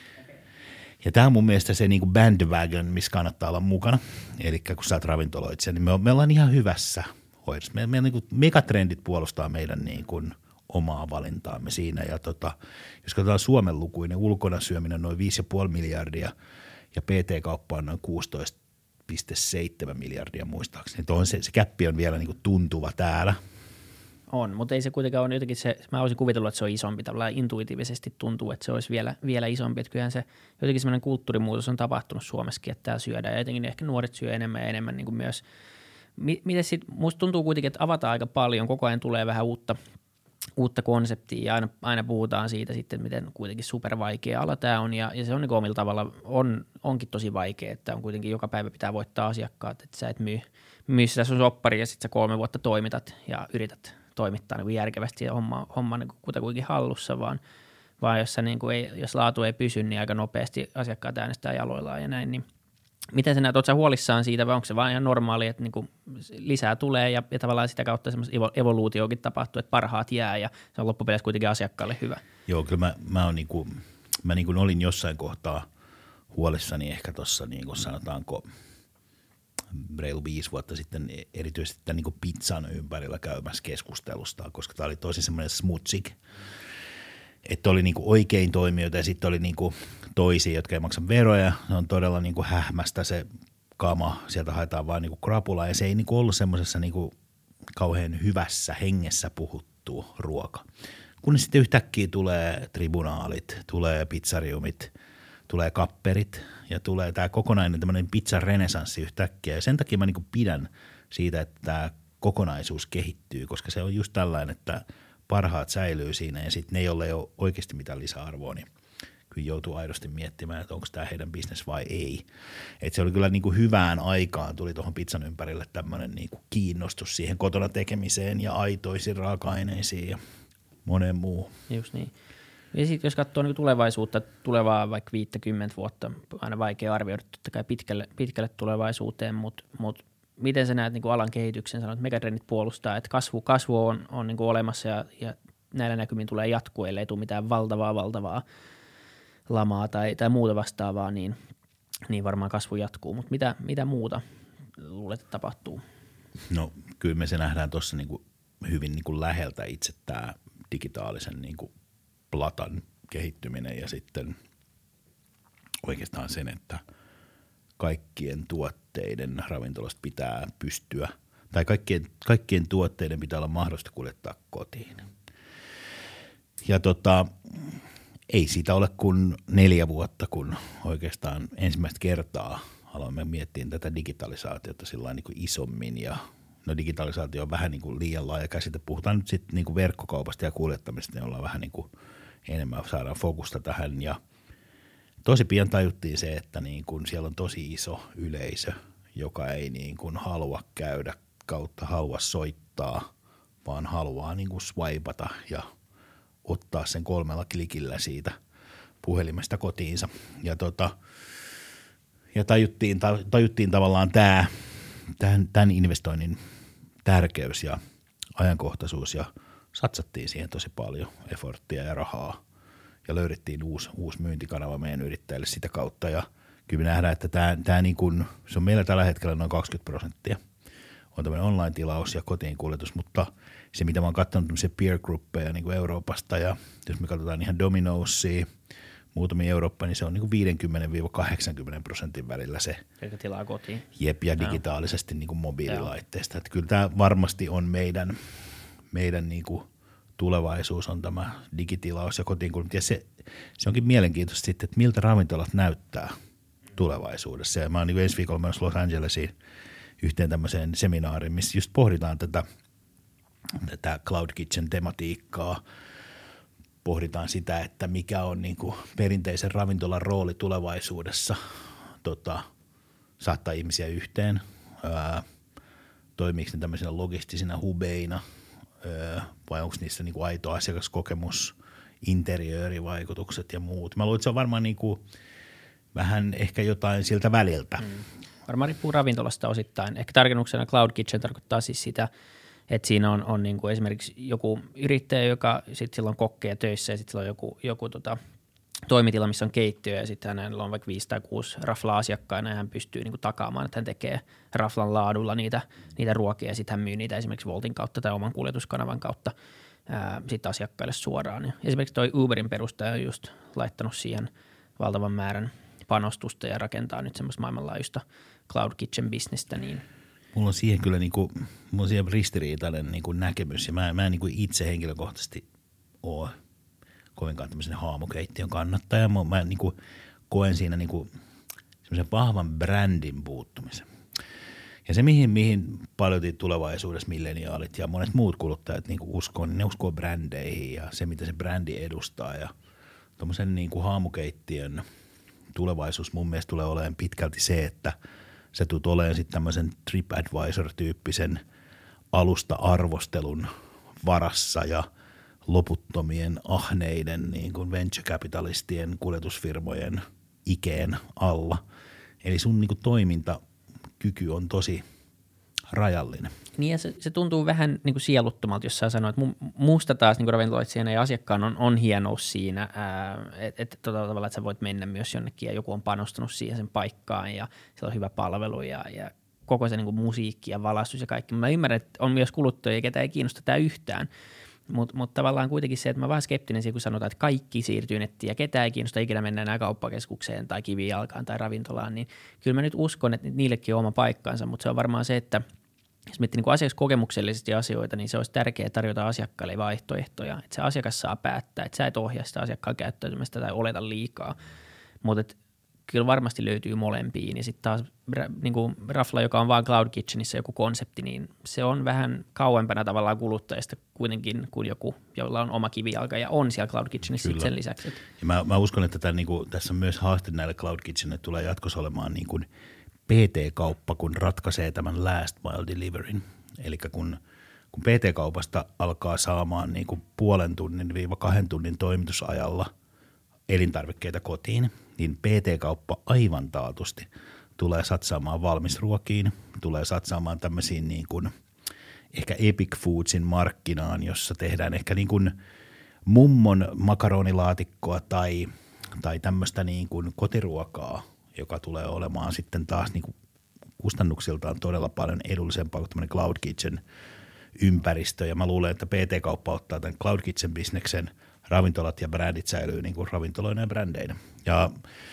Ja tämä on mun mielestä se niinku bandwagon, missä kannattaa olla mukana. Eli kun sä oot ravintoloitsija, niin me, me ollaan ihan hyvässä hoidossa. Me, me, niinku megatrendit puolustaa meidän niinku omaa valintaamme siinä. Ja tota, jos katsotaan Suomen lukuja, niin ulkona syöminen on noin viisi pilkku viisi miljardia ja P T-kauppa on noin kuusitoista pilkku seitsemän miljardia muistaakseni. On se, se käppi on vielä niinku tuntuva täällä. On, mutta ei se kuitenkaan ole jotenkin se, mä olisin kuvitellut, että se on isompi, tavallaan intuitiivisesti tuntuu, että se olisi vielä, vielä isompi, että kyllähän se jotenkin semmoinen kulttuurimuutos on tapahtunut Suomessakin, että täällä syödään ja jotenkin ehkä nuoret syö enemmän ja enemmän niin kuin myös. Miten sitten, musta tuntuu kuitenkin, että avataan aika paljon, koko ajan tulee vähän uutta, uutta konseptia ja aina, aina puhutaan siitä sitten, miten kuitenkin supervaikea ala tämä on ja, ja se on niin kuin omilla tavalla, on, onkin tosi vaikea, että on kuitenkin joka päivä pitää voittaa asiakkaat, että sä et myy, myy sitä sun soppari ja sitten sä kolme vuotta toimitat ja yrität toimittaa niin kuin järkevästi ja homma, homma niin kuin kutakuinkin hallussa, vaan, vaan jos, niin kuin ei, jos laatu ei pysy, niin aika nopeasti asiakkaat äänestää jaloillaan ja näin. Niin miten sä näet, ootko sä huolissaan siitä vai onko se vaan ihan normaali, että niin kuin lisää tulee ja, ja tavallaan sitä kautta semmoista evoluutiokin tapahtuu, että parhaat jää ja se on loppupeleissä kuitenkin asiakkaalle hyvä? Joo, kyllä mä, mä, on niin kuin, mä niin kuin olin jossain kohtaa huolissani ehkä tuossa niin kuin sanotaanko reilu viisi vuotta sitten erityisesti tämän niin kuin pizzan ympärillä käymässä keskustelusta, koska tämä oli tosi semmoinen smutsik, että oli niin kuin oikein toimijoita ja sitten oli niin kuin toisia, jotka ei maksa veroja. Se on todella niin kuin hähmästä se kama, sieltä haetaan vaan niin kuin krapulaa ja se ei niin kuin ollut semmoisessa niin kuin kauhean hyvässä hengessä puhuttu ruoka. Kun sitten yhtäkkiä tulee tribunaalit, tulee pizzariumit, tulee kapperit ja tulee tämä kokonainen tämmöinen pizzan renesanssi yhtäkkiä. Ja sen takia mä niinku pidän siitä, että tämä kokonaisuus kehittyy, koska se on just tällainen, että parhaat säilyy siinä ja sitten ne, joilla ei ole oikeasti mitään lisäarvoa, niin kyllä joutuu aidosti miettimään, että onko tämä heidän business vai ei. Et se oli kyllä niinku hyvään aikaan, tuli tuohon pizzan ympärille tämmöinen niinku kiinnostus siihen kotona tekemiseen ja aitoisiin raaka-aineisiin ja moneen muuhun. Just niin. Ja sitten jos katsoo niin tulevaisuutta, tulevaa vaikka viisikymmentä vuotta, aina vaikea arvioida totta kai pitkälle, pitkälle tulevaisuuteen, mutta mut miten sä näet niin kuin alan kehityksen, sanoit, että megatrendit puolustaa, että kasvu, kasvu on, on niin kuin olemassa ja, ja näillä näkymin tulee jatkuu, ellei tule mitään valtavaa, valtavaa lamaa tai, tai muuta vastaavaa, niin, niin varmaan kasvu jatkuu. Mutta mitä, mitä muuta luulet, että tapahtuu? No kyllä me se nähdään tuossa niinku hyvin niinku läheltä itse tämä digitaalisen niinku platan kehittyminen ja sitten oikeastaan sen, että kaikkien tuotteiden ravintolasta pitää pystyä, tai kaikkien, kaikkien tuotteiden pitää olla mahdollista kuljettaa kotiin. Ja tota, ei siitä ole kuin neljä vuotta, kun oikeastaan ensimmäistä kertaa aloimme miettiä tätä digitalisaatiota sillä niin kuin isommin. Ja no digitalisaatio on vähän niin kuin liian laaja käsite. Puhutaan nyt sitten niin kuin verkkokaupasta ja kuljettamisesta, niin ollaan vähän niin kuin enemmän saadaan fokusta tähän. Ja tosi pian tajuttiin se, että niin kuin siellä on tosi iso yleisö, joka ei niin kuin halua käydä kautta, halua soittaa, vaan haluaa niin kuin swipata ja ottaa sen kolmella klikillä siitä puhelimesta kotiinsa. Ja, tota, ja tajuttiin, tajuttiin tavallaan tämä, tämän, tämän investoinnin tärkeys ja ajankohtaisuus ja satsattiin siihen tosi paljon efforttia ja rahaa ja löydettiin uusi, uusi myyntikanava meidän yrittäjille sitä kautta ja kyllä me nähdään, että tämä, tämä niin kuin, se on meillä tällä hetkellä noin kaksikymmentä prosenttia on tämmöinen online-tilaus ja kotiin kuljetus, mutta se mitä mä oon katsonut tämmöisiä peer gruppeja niin kuin Euroopasta ja jos me katsotaan ihan Dominosia, muutamia Eurooppaa, niin se on niin kuin viisikymmentä kahdeksankymmentä prosentin välillä se. Eikä tilaa kotiin. Jep, ja digitaalisesti niin kuin mobiililaitteista. Että kyllä tämä varmasti on meidän, meidän niin kuin tulevaisuus on tämä digitilaus ja kotiin kuljetus. Ja se, se onkin mielenkiintoista sitten, että miltä ravintolat näyttää tulevaisuudessa. Ja mä oon niin kuin ensi viikolla menossa Los Angelesiin yhteen tämmöiseen seminaariin, missä just pohditaan tätä, tätä Cloud Kitchen-tematiikkaa, pohditaan sitä, että mikä on niin kuin perinteisen ravintolan rooli tulevaisuudessa, tota, saattaa ihmisiä yhteen, ää, toimiiko ne tämmöisenä logistisina hubeina, ää, vai onko niissä niin kuin aito asiakaskokemus, interiöörivaikutukset ja muut. Mä luulen, että se on varmaan niin kuin vähän ehkä jotain siltä väliltä. Mm. Varmaan riippuu ravintolasta osittain. Ehkä tarkennuksena Cloud Kitchen tarkoittaa siis sitä, että siinä on, on niin kuin esimerkiksi joku yrittäjä, joka sitten silloin kokkeja töissä ja sitten sillä on joku, joku tota, toimitila, missä on keittiö ja sitten hänellä on vaikka viisi tai kuusi raflaa asiakkaina ja hän pystyy niin kuin takaamaan, että hän tekee raflan laadulla niitä, niitä ruokia ja sitten hän myy niitä esimerkiksi Woltin kautta tai oman kuljetuskanavan kautta sitten asiakkaille suoraan. Ja esimerkiksi toi Uberin perustaja on just laittanut siihen valtavan määrän panostusta ja rakentaa nyt semmoista maailmanlaajuista Cloud Kitchen-bisnestä, niin mulla on siihen kyllä niinku, mulla on siihen ristiriitainen niinku näkemys ja mä, mä en niinku itse henkilökohtaisesti ole kovinkaan tämmöisen haamukeittiön kannattaja. Mä, mä niinku koen siinä niinku semmoisen vahvan brändin puuttumisen. Ja se, mihin, mihin paljon tulevaisuudessa milleniaalit ja monet muut kuluttajat niinku uskoo, niin ne uskoo brändeihin ja se, mitä se brändi edustaa. Ja tommoisen niinku haamukeittiön tulevaisuus mun mielestä tulee olemaan pitkälti se, että sä tulet olemaan sitten tämmöisen TripAdvisor-tyyppisen alusta-arvostelun varassa ja loputtomien ahneiden niin kuin venture capitalistien kuljetusfirmojen ikeen alla. Eli sun niin kuin toimintakyky on tosi rajallinen. Niin ja se, se tuntuu vähän niin kuin sieluttomalta, jos sä sanoit, että musta taas niin ravintoloitsijana ja asiakkaan on, on hienous siinä, että et, tota tavalla, että sä voit mennä myös jonnekin ja joku on panostanut siihen sen paikkaan ja siellä on hyvä palvelu ja, ja koko se niin kuin musiikki ja valaistus ja kaikki. Mä ymmärrän, että on myös kuluttajia, ketä ei kiinnosta tämä yhtään, mutta mut tavallaan kuitenkin se, että mä vähän skeptinen siihen, kun sanotaan, että kaikki siirtyy nettiin ja ketään ei kiinnosta ikinä mennä enää kauppakeskukseen tai kivijalkaan tai ravintolaan, niin kyllä mä nyt uskon, että niillekin on oma paikkaansa, mutta se on varmaan se, että jos miettii niin asiakaskokemuksellisesti asioita, niin se olisi tärkeää tarjota asiakkaille vaihtoehtoja, että se asiakas saa päättää, että sä et ohjaa sitä asiakkaan käyttäytymistä tai oleta liikaa, mutta kyllä varmasti löytyy molempiin ja sitten taas niin kuin rafla, joka on vaan Cloud Kitchenissä joku konsepti, niin se on vähän kauempana tavallaan kuluttajista kuitenkin kuin joku, jolla on oma kivijalka ja on siellä Cloud Kitchenissä sen lisäksi. Että ja mä, mä uskon, että tämän, niin kuin, tässä on myös haaste näille Cloud Kitchenille tulee jatkossa olemaan niin kuin P T-kauppa, kun ratkaisee tämän last mile deliveryn, eli kun kun P T-kaupasta alkaa saamaan niin kuin puolen tunnin viiva kahden tunnin toimitusajalla elintarvikkeita kotiin, niin P T-kauppa aivan taatusti tulee satsaamaan valmisruokiin, tulee satsaamaan tämmöisiin niin kuin ehkä Epic Foodsin markkinaan, jossa tehdään ehkä niin kuin mummon makaronilaatikkoa tai, tai tämmöistä niin kuin kotiruokaa, joka tulee olemaan sitten taas niin kuin kustannuksiltaan todella paljon edullisempaa kuin tämmöinen Cloud Kitchen ympäristö. Ja mä luulen, että P T-kauppa ottaa tämän Cloud Kitchen-bisneksen, ravintolat ja brändit säilyy niin kuin ravintoloina ja brändeinä. Ja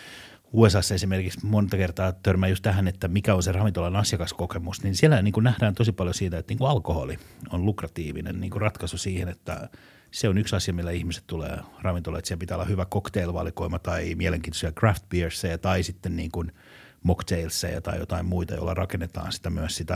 U S A:ssa esimerkiksi monta kertaa törmää just tähän, että mikä on se ravintolan asiakaskokemus, niin siellä niin kuin nähdään tosi paljon siitä, että niin kuin alkoholi on lukratiivinen niin kuin ratkaisu siihen, että se on yksi asia, millä ihmiset tulee ravintolaan, että siellä pitää olla hyvä cocktailvalikoima tai mielenkiintoisia craft beerseja tai sitten niin kuin mocktailseja tai jotain muita, joilla rakennetaan sitä myös sitä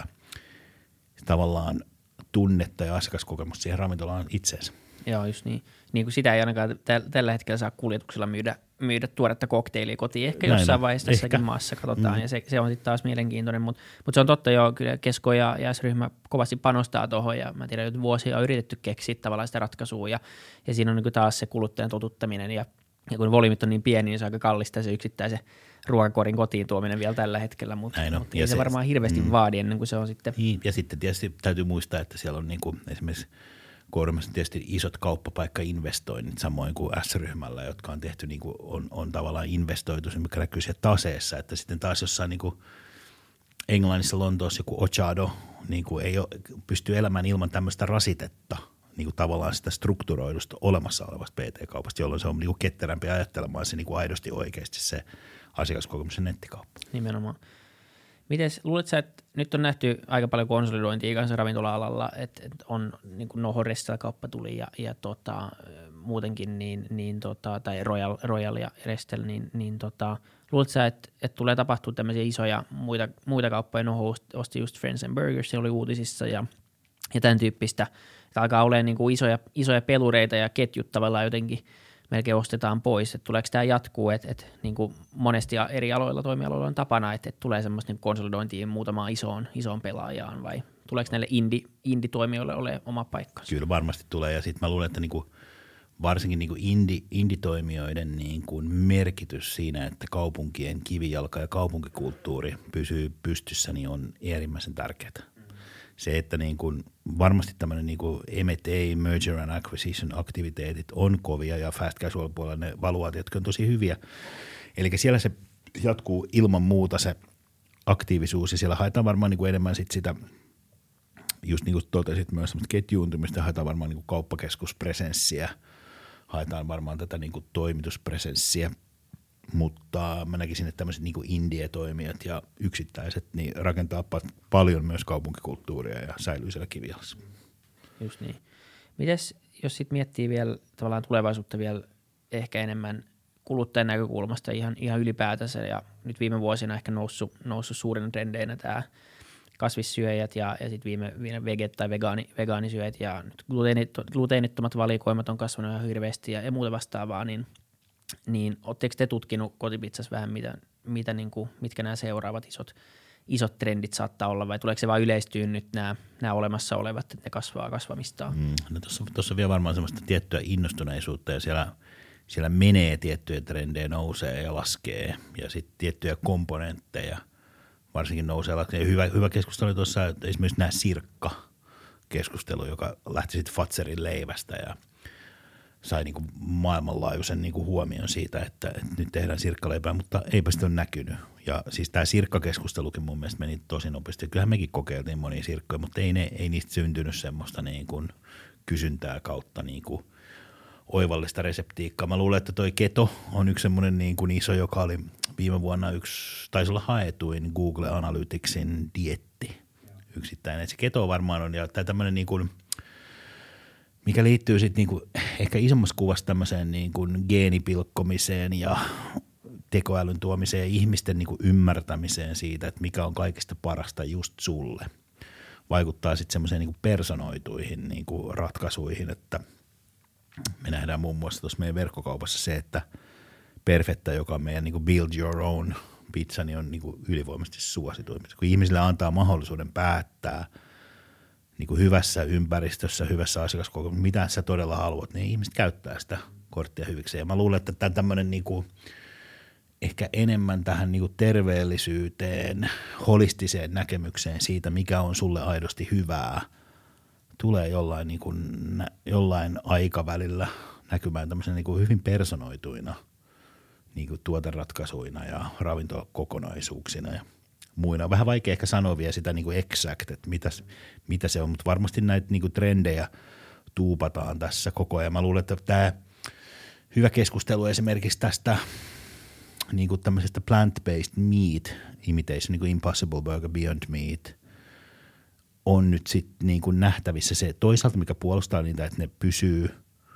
tavallaan tunnetta ja asiakaskokemusta siihen ravintolaan itseensä. Joo, just niin. Niin kuin sitä ei ainakaan tällä hetkellä saa kuljetuksella myydä, myydä tuoretta kokteilia kotiin. Ehkä Näin jossain on. vaiheessa tässäkin Ehkä. maassa katsotaan, Mm. ja se, se on sitten taas mielenkiintoinen. Mutta mut se on totta joo, kyllä Kesko ja, ja S-ryhmä kovasti panostaa tuohon, ja mä tiedän, että vuosia on yritetty keksiä tavallaan sitä ratkaisua, ja, ja siinä on niin kuin taas se kuluttajan totuttaminen, ja, ja kun volyymit on niin pieni, niin se on aika kallista se yksittäisen ruokakorin kotiin tuominen vielä tällä hetkellä, mutta mut ei se, se varmaan hirveästi mm. vaadi ennen kuin se on sitten. Niin, ja sitten tietysti täytyy muistaa, että siellä on niin kuin esimerkiksi Kourumassa tietysti isot kauppapaikkainvestoinnit samoin kuin S-ryhmällä, jotka on tehty niin kuin on, on tavallaan investoitu, mikä näkyy siellä taseessa, että sitten taas jossain niin kuin Englannissa, Lontoossa joku Ochado niin kuin ei ole, pystyy elämään ilman tämmöistä rasitetta, niin kuin tavallaan sitä strukturoidusta olemassa olevasta P T-kaupasta, jolloin se on niin kuin ketterämpi ajattelemaan se niin kuin aidosti oikeasti se asiakaskokemus ja nettikauppa. Nimenomaan. Mites, luulet sä, että nyt on nähty aika paljon konsolidointia kanssa ravintola-alalla, että, että on niin kuin Noho Restel-kauppa tuli ja, ja tota, muutenkin, niin, niin tota, tai Royal, Royal ja Restel, niin, niin tota, luulet sä, että, että tulee tapahtua tämmöisiä isoja muita, muita kauppoja, Noho osti just Friends and Burgers, se oli uutisissa ja, ja tämän tyyppistä, että alkaa olemaan niin kuin isoja, isoja pelureita ja ketjut tavallaan jotenkin melkein ostetaan pois, että tuleeko tämä jatkuu, että, että niin kuin monesti eri aloilla, toimialoilla on tapana, että, että tulee semmoista niin konsolidointia muutamaan isoon, isoon pelaajaan vai tuleeko näille indie, indie-toimijoille ole oma paikkansa? Kyllä varmasti tulee ja sitten mä luulen, että niinku, varsinkin niinku indie, indie-toimijoiden niinku merkitys siinä, että kaupunkien kivijalka ja kaupunkikulttuuri pysyy pystyssä, niin on äärimmäisen tärkeää. Se, että niin kuin varmasti tämmöinen niin kuin M and A, merger and acquisition aktiviteetit on kovia ja fast casual puolella ne valuaatiot on tosi hyviä. Eli siellä se jatkuu ilman muuta se aktiivisuus ja siellä haetaan varmaan niin kuin enemmän sit sitä, just niin kuin totesit myös semmoista ketjuuntumista, haetaan varmaan niin kuin kauppakeskuspresenssiä, haetaan varmaan tätä niin kuin toimituspresenssiä. Mutta mä näkisin, että tämmöiset niin kuin indie-toimijat ja yksittäiset niin rakentaa pa- paljon myös kaupunkikulttuuria ja säilyy siellä kivijalassa. Just niin. Mites, jos sitten miettii vielä tavallaan tulevaisuutta vielä ehkä enemmän kuluttajan näkökulmasta ihan, ihan ylipäätänsä ja nyt viime vuosina ehkä noussut, noussut suurina trendeinä tämä kasvissyöjät ja, ja sitten viime, viime veget- tai vegaani, vegaanisyöjät ja nyt gluteenit, gluteenittomat valikoimat on kasvanut ihan hirveästi ja, ja muuta vastaavaa, niin niin ootteko te tutkinut kotipizzassa vähän, mitä, mitä niin kuin, mitkä nämä seuraavat isot, isot trendit saattaa olla, vai tuleeko se vaan yleistyä nyt nämä, nämä olemassa olevat, että ne kasvaa kasvamistaan? Mm, no tuossa, tuossa on vielä varmaan semmoista tiettyä innostuneisuutta ja siellä, siellä menee tiettyjä trendejä, nousee ja laskee ja sitten tiettyjä komponentteja varsinkin nousee. Ja hyvä, hyvä keskustelu oli tuossa esimerkiksi nämä sirkka-keskustelu, joka lähti sitten Fatserin leivästä ja sai niin kuin maailmanlaajuisen niin kuin huomion siitä, että, että nyt tehdään sirkkaleipää, mutta eipä sitä ole näkynyt. Ja siis tämä sirkkakeskustelukin mun mielestä meni tosi nopeasti. Kyllähän mekin kokeiltiin monia sirkkoja, mutta ei, ne, ei niistä syntynyt semmoista niin kuin kysyntää kautta niin kuin oivallista reseptiikkaa. Mä luulen, että toi keto on yksi semmoinen niin kuin iso, joka oli viime vuonna yksi, taisi olla haetuin Google Analyticsin dietti yksittäinen. Et se keto varmaan on, ja tämä tämmöinen niin kuin mikä liittyy sitten niinku ehkä isommassa kuvassa tämmöiseen niinku geenipilkkomiseen ja tekoälyn tuomiseen ja ihmisten niinku ymmärtämiseen siitä, että mikä on kaikista parasta just sulle. Vaikuttaa sitten semmoiseen niinku personoituihin niinku ratkaisuihin, että me nähdään muun muassa tuossa meidän verkkokaupassa se, että Perfetta, joka on meidän niinku build your own pizza, niin on niinku ylivoimaisesti suosituin. Kun ihmisille antaa mahdollisuuden päättää niin kuin hyvässä ympäristössä, hyvässä asiakaskokemuksessa, mitä sä todella haluat, niin ihmiset käyttää sitä korttia hyvikseen. Ja mä luulen, että tämä tämmöinen niin kuin ehkä enemmän tähän niin kuin terveellisyyteen, holistiseen näkemykseen siitä, mikä on sulle aidosti hyvää, tulee jollain, niin kuin, jollain aikavälillä näkymään tämmöisen niin kuin hyvin personoituina niin kuin tuoteratkaisuina ja ravintokokonaisuuksina ja muina. Vähän vaikea ehkä sanoa vielä sitä niin kuin exact, että mitä, mitä se on, mutta varmasti näitä niin kuin trendejä tuupataan tässä koko ajan. Mä luulen, että tämä hyvä keskustelu esimerkiksi tästä niin kuin tämmöisestä plant-based meat imitation, niin kuin Impossible Burger, Beyond Meat, on nyt sitten niin kuin nähtävissä se toisaalta, mikä puolustaa niitä, että ne pysyy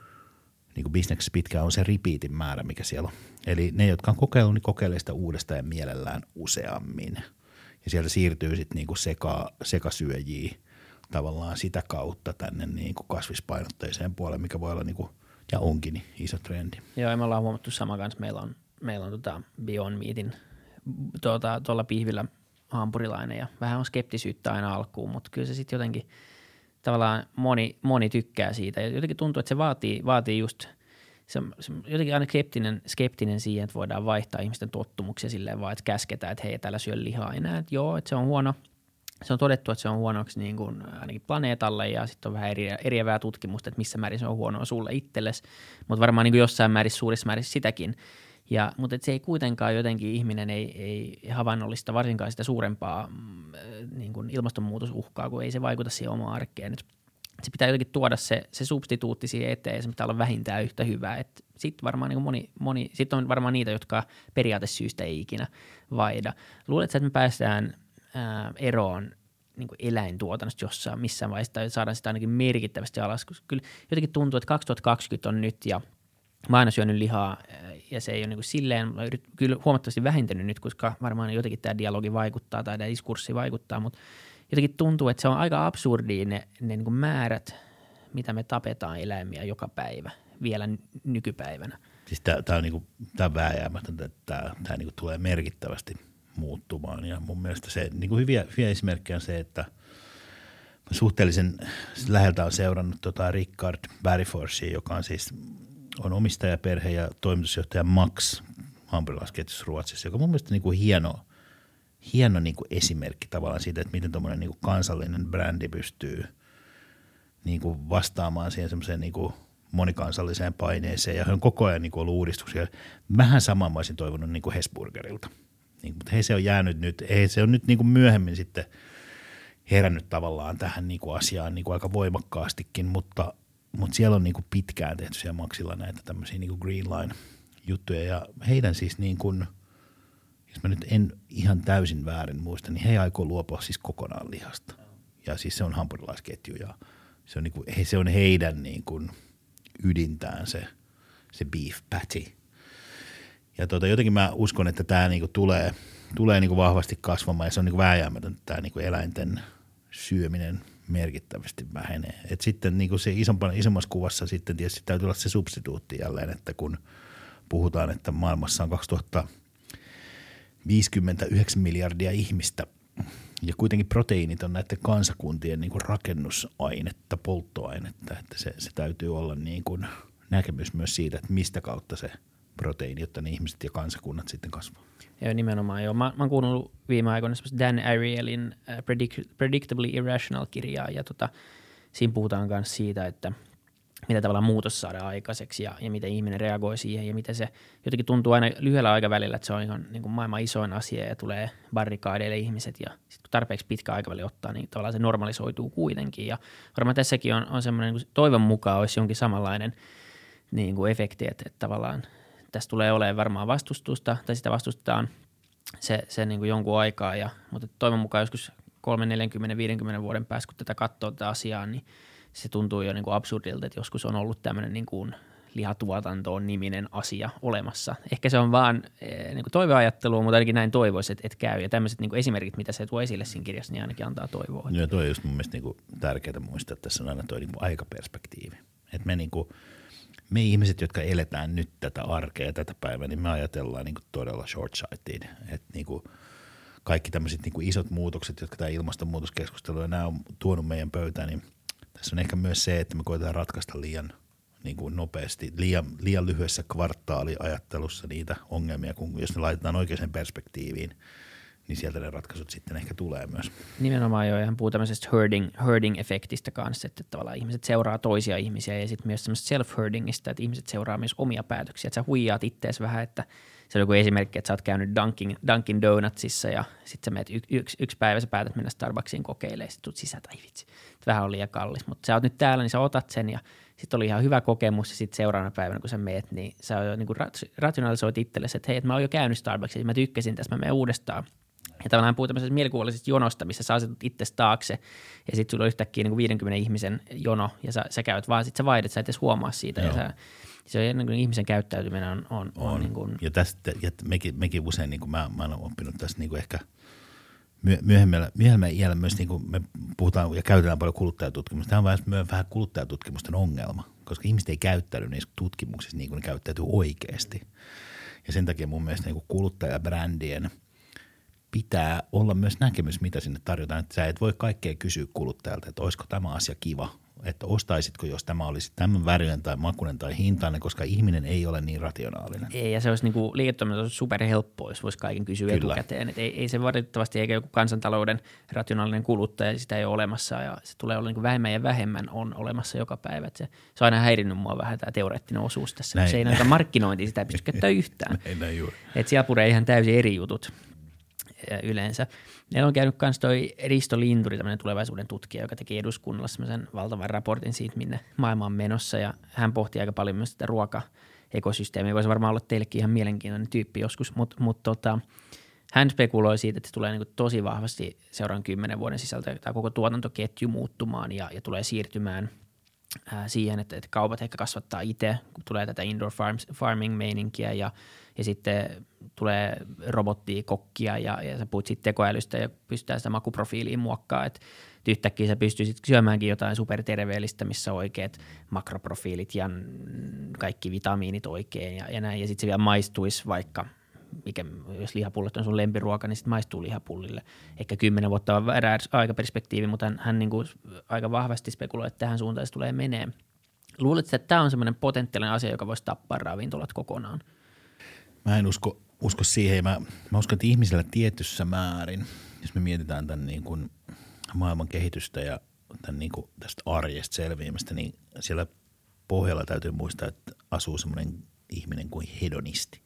niin kuin bisneksessä pitkään, on se repeatin määrä, mikä siellä on. Eli ne, jotka on kokeillut, niin kokeilee sitä uudestaan ja mielellään useammin. Ja sieltä siirtyy sitten niin kuin seka, sekasyöjiä tavallaan sitä kautta tänne niin kuin kasvispainotteiseen puoleen, mikä voi olla niin kuin, ja onkin niin iso trendi. Joo, ja me ollaan huomattu sama kanssa. Meillä on, meillä on tota Beyond Meatin tuolla tuota, pihvillä hampurilainen ja vähän on skeptisyyttä aina alkuun, mutta kyllä se sitten jotenkin tavallaan moni, moni tykkää siitä ja jotenkin tuntuu, että se vaatii, vaatii just se, se jotenkin aina skeptinen, skeptinen siihen, että voidaan vaihtaa ihmisten tottumuksia silleen vaan, että käsketään, että hei, täällä syö lihaa enää, että joo, että se on huono. Se on todettu, että se on huonoksi niin kuin ainakin planeetalle ja sitten on vähän eri, eriävää tutkimusta, että missä määrin se on huonoa sulle itsellesi, mutta varmaan niin kuin jossain määrin, suurissa määrin sitäkin. Ja, mutta se ei kuitenkaan jotenkin, ihminen ei, ei havainnollista varsinkaan sitä suurempaa niin kuin ilmastonmuutosuhkaa, kun ei se vaikuta siihen omaan arkeen. Et se pitää jotenkin tuoda se, se substituutti siihen eteen ja se pitää olla vähintään yhtä hyvää. Sitten varmaan niin moni, moni, sit on varmaan niitä, jotka periaatesyystä ei ikinä vaida. Luuletko, että me päästään ää, eroon niin kuin eläintuotannosta jossain missään vaiheessa tai saadaan sitä ainakin merkittävästi alas, koska kyllä jotenkin tuntuu, että kaksituhattakaksikymmentä on nyt ja mä oon aina syönyt lihaa ja se ei ole niin kuin silleen, kyllä huomattavasti vähentänyt nyt, koska varmaan jotenkin tämä dialogi vaikuttaa tai tämä diskurssi vaikuttaa, mutta jotenkin tuntuu, että se on aika absurdia ne, ne niin kuin määrät, mitä me tapetaan eläimiä joka päivä vielä nykypäivänä. Siis tämä on, niinku, on vääjäämätöntä, että tämä, tämä niinku tulee merkittävästi muuttumaan ja mun mielestä se niinku hyviä, hyviä esimerkkejä on se, että suhteellisen läheltä on seurannut tota Richard Barryforsia, joka on siis on omistajaperhe ja toimitusjohtaja Max hampurilaisketjussa Ruotsissa, joka mun mielestä niinku hieno, hieno niinku esimerkki tavallaan siitä, että miten tuommoinen niinku kansallinen brändi pystyy niinku vastaamaan siihen semmoiseen niinku monikansalliseen paineeseen ja on koko ajan niinku ollut uudistuksia. Vähän samaa mä olisin toivonut niinku Hesburgerilta, niin, mutta hei se on jäänyt nyt, hei se on nyt niinku myöhemmin sitten herännyt tavallaan tähän niinku asiaan niinku aika voimakkaastikin, mutta Mutta siellä on niinku pitkään tehty siellä Maxilla näitä tämmöisiä niinku Green Line-juttuja ja heidän siis niin kuin, jos mä nyt en ihan täysin väärin muista, niin he aikoo luopua siis kokonaan lihasta. Ja siis se on hampurilaisketju ja se on, niinku, he, se on heidän niin kuin ydintään se, se beef patty. Ja tota, jotenkin mä uskon, että tämä niinku tulee, tulee niinku vahvasti kasvamaan ja se on niinku vääjäämätöntä tämä niinku eläinten syöminen merkittävästi vähenee. Et sitten niin kuin se isommassa kuvassa sitten tietysti täytyy olla se substituutti jälleen, että kun puhutaan, että maailmassa on kaksituhattaviisikymmentäyhdeksän miljardia ihmistä ja kuitenkin proteiinit on näiden kansakuntien niin kuin rakennusainetta, polttoainetta, että se, se täytyy olla niin kuin näkemys myös siitä, että mistä kautta se proteiini, jotta ne ihmiset ja kansakunnat sitten kasvaa. Joo, nimenomaan joo. Mä, mä oon kuunnellut viime aikoina Dan Arielin uh, Predict- Predictably Irrational-kirjaa ja tota, siinä puhutaan myös siitä, että mitä tavallaan muutos saadaan aikaiseksi ja, ja miten ihminen reagoi siihen ja miten se jotenkin tuntuu aina lyhyellä aikavälillä, että se on ihan niin kuin maailman isoin asia ja tulee barrikaadeille ihmiset ja sitten kun tarpeeksi pitkä aikaväli ottaa, niin tavallaan se normalisoituu kuitenkin ja varmaan tässäkin on, on semmoinen, niin toivon mukaan olisi jonkin samanlainen niin kuin efekti, että, että tavallaan tässä tulee olemaan varmaan vastustusta, tai sitä vastustetaan se, se niin kuin jonkun aikaa, ja, mutta toivon mukaan joskus kolmekymmentä, neljäkymmentä, viisikymmentä vuoden päästä, kun tätä katsoo tätä asiaa, niin se tuntuu jo niin kuin absurdilta, että joskus on ollut tämmöinen niin kuin lihatuotantoon niminen asia olemassa. Ehkä se on vaan niin kuin toiveajattelua, mutta ainakin näin toivoisi, että, että käy. Ja tämmöiset niin kuin esimerkit, mitä se tuo esille siinä kirjassa, niin ainakin antaa toivoa. Joo, toi on just mun mielestä niin kuin tärkeää muistaa, että tässä on aina toi niin kuin aikaperspektiivi. Että me niin kuin Me ihmiset, jotka eletään nyt tätä arkea tätä päivää, niin me ajatellaan niin kuin todella short-sighted. Että niin kuin kaikki tämmöiset niin kuin isot muutokset, jotka tämä ilmastonmuutoskeskustelu ja nämä on tuonut meidän pöytään, niin tässä on ehkä myös se, että me koetaan ratkaista liian niin kuin nopeasti, liian, liian lyhyessä kvartaaliajattelussa niitä ongelmia, kun jos ne laitetaan oikeaan perspektiiviin, niin sieltä ne ratkaisut sitten ehkä tulee myös. Nimenomaan jo, ja hän puhuu tämmöisestä herding, herding-efektistä kanssa, että tavallaan ihmiset seuraa toisia ihmisiä ja sitten myös semmoista self-herdingistä, että ihmiset seuraa myös omia päätöksiä, että sä huijaat ittees vähän, että se on joku esimerkki, että sä oot käynyt Dunkin, Dunkin Donutsissa ja sitten sä menet y- yksi, yksi päivä, sä päätät mennä Starbucksiin kokeilemaan ja sitten tulet sisään, tai vitsi, että vähän on liian kallis, mutta sä oot nyt täällä, niin sä otat sen ja sitten oli ihan hyvä kokemus ja sitten seuraavana päivänä, kun sä meet, niin sä jo niin kuin rationalisoit itsellesi, että hei, että mä oon jo käynyt Starbucksissa, mä tykkäsin tässä, mä menen uudestaan. Ja tavallaan puhuu tämmöisestä mielikuvallisesta jonosta, missä sä asetut itsesi taakse ja sitten sulla on yhtäkkiä niin kuin viidenkymmenen ihmisen jono ja sä, sä käyt vaan, sitten sä vaihdat, sä et edes huomaa siitä. Ja sä, se on niin kuin ihmisen käyttäytyminen on, on, on, on. Niin kuin. Ja tästä, ja mekin, mekin usein, niin kuin mä, mä oon oppinut tästä niin kuin ehkä myöhemmällä, myöhemmällä iällä myös, niin kuin me puhutaan ja käytetään paljon kuluttajatutkimusta. Tämä on vähän, myös vähän kuluttajatutkimusten ongelma, koska ihmiset ei käyttäydy niissä tutkimuksissa niin kuin ne käyttäytyy oikeasti. Ja sen takia mun mielestä niin kuin kuluttajabrändien pitää olla myös näkemys, mitä sinne tarjotaan. Että sä et voi kaikkea kysyä kuluttajalta, että olisiko tämä asia kiva, että ostaisitko, jos tämä olisi tämän värinen tai makuinen tai hintainen, koska ihminen ei ole niin rationaalinen. Ei, ja se olisi niinku liiketoiminta superhelppoa, jos voisi kaiken kysyä Kyllä. etukäteen. Et ei, ei se valitettavasti, eikä joku kansantalouden rationaalinen kuluttaja, sitä ei ole olemassa, ja se tulee olla niinku vähemmän ja vähemmän on olemassa joka päivä. Et se, se on aina häirinnyt mua vähän tämä teoreettinen osuus tässä, näin, se ei näytä markkinointia, sitä ei pysty käyttämään yhtään. Näin, näin juuri. Että siellä puree ihan täysin eri jutut yleensä. Meillä on käynyt myös toi Risto Linturi, tämmöinen tulevaisuuden tutkija, joka teki eduskunnalla semmoisen valtavan raportin siitä, minne maailma on menossa, ja hän pohti aika paljon myös sitä ruokaekosysteemiä. Voisi varmaan olla teillekin ihan mielenkiintoinen tyyppi joskus, mutta mut tota, hän spekuloi siitä, että se tulee niinku tosi vahvasti seuraavan kymmenen vuoden sisältä tämä koko tuotantoketju muuttumaan ja, ja tulee siirtymään ää, siihen, että, että kaupat ehkä kasvattaa itse, kun tulee tätä indoor farms, farming-meininkiä ja Ja sitten tulee robottia, kokkia ja, ja sä puhut sitten tekoälystä ja pystytään sitä makuprofiiliin muokkaa, että yhtäkkiä sä pystyisit syömäänkin jotain superterveellistä, missä on oikeat makroprofiilit ja kaikki vitamiinit oikein ja, ja näin. Ja sitten se vielä maistuisi vaikka, mikä, jos lihapullot on sun lempiruoka, niin sitten maistuu lihapullille. Ehkä kymmenen vuotta on väärä aikaperspektiivi, mutta hän, hän niin kuin aika vahvasti spekuloi, että tähän suuntaan se tulee menee. Luuletko, että tämä on semmoinen potentiaalinen asia, joka voisi tappaa ravintolat kokonaan? Mä en usko, usko siihen. Mä, mä uskon, että ihmisellä tietyssä määrin, jos me mietitään tämän niin kuin maailman kehitystä ja tämän niin kuin tästä arjesta selviämistä, niin siellä pohjalla täytyy muistaa, että asuu semmoinen ihminen kuin hedonisti.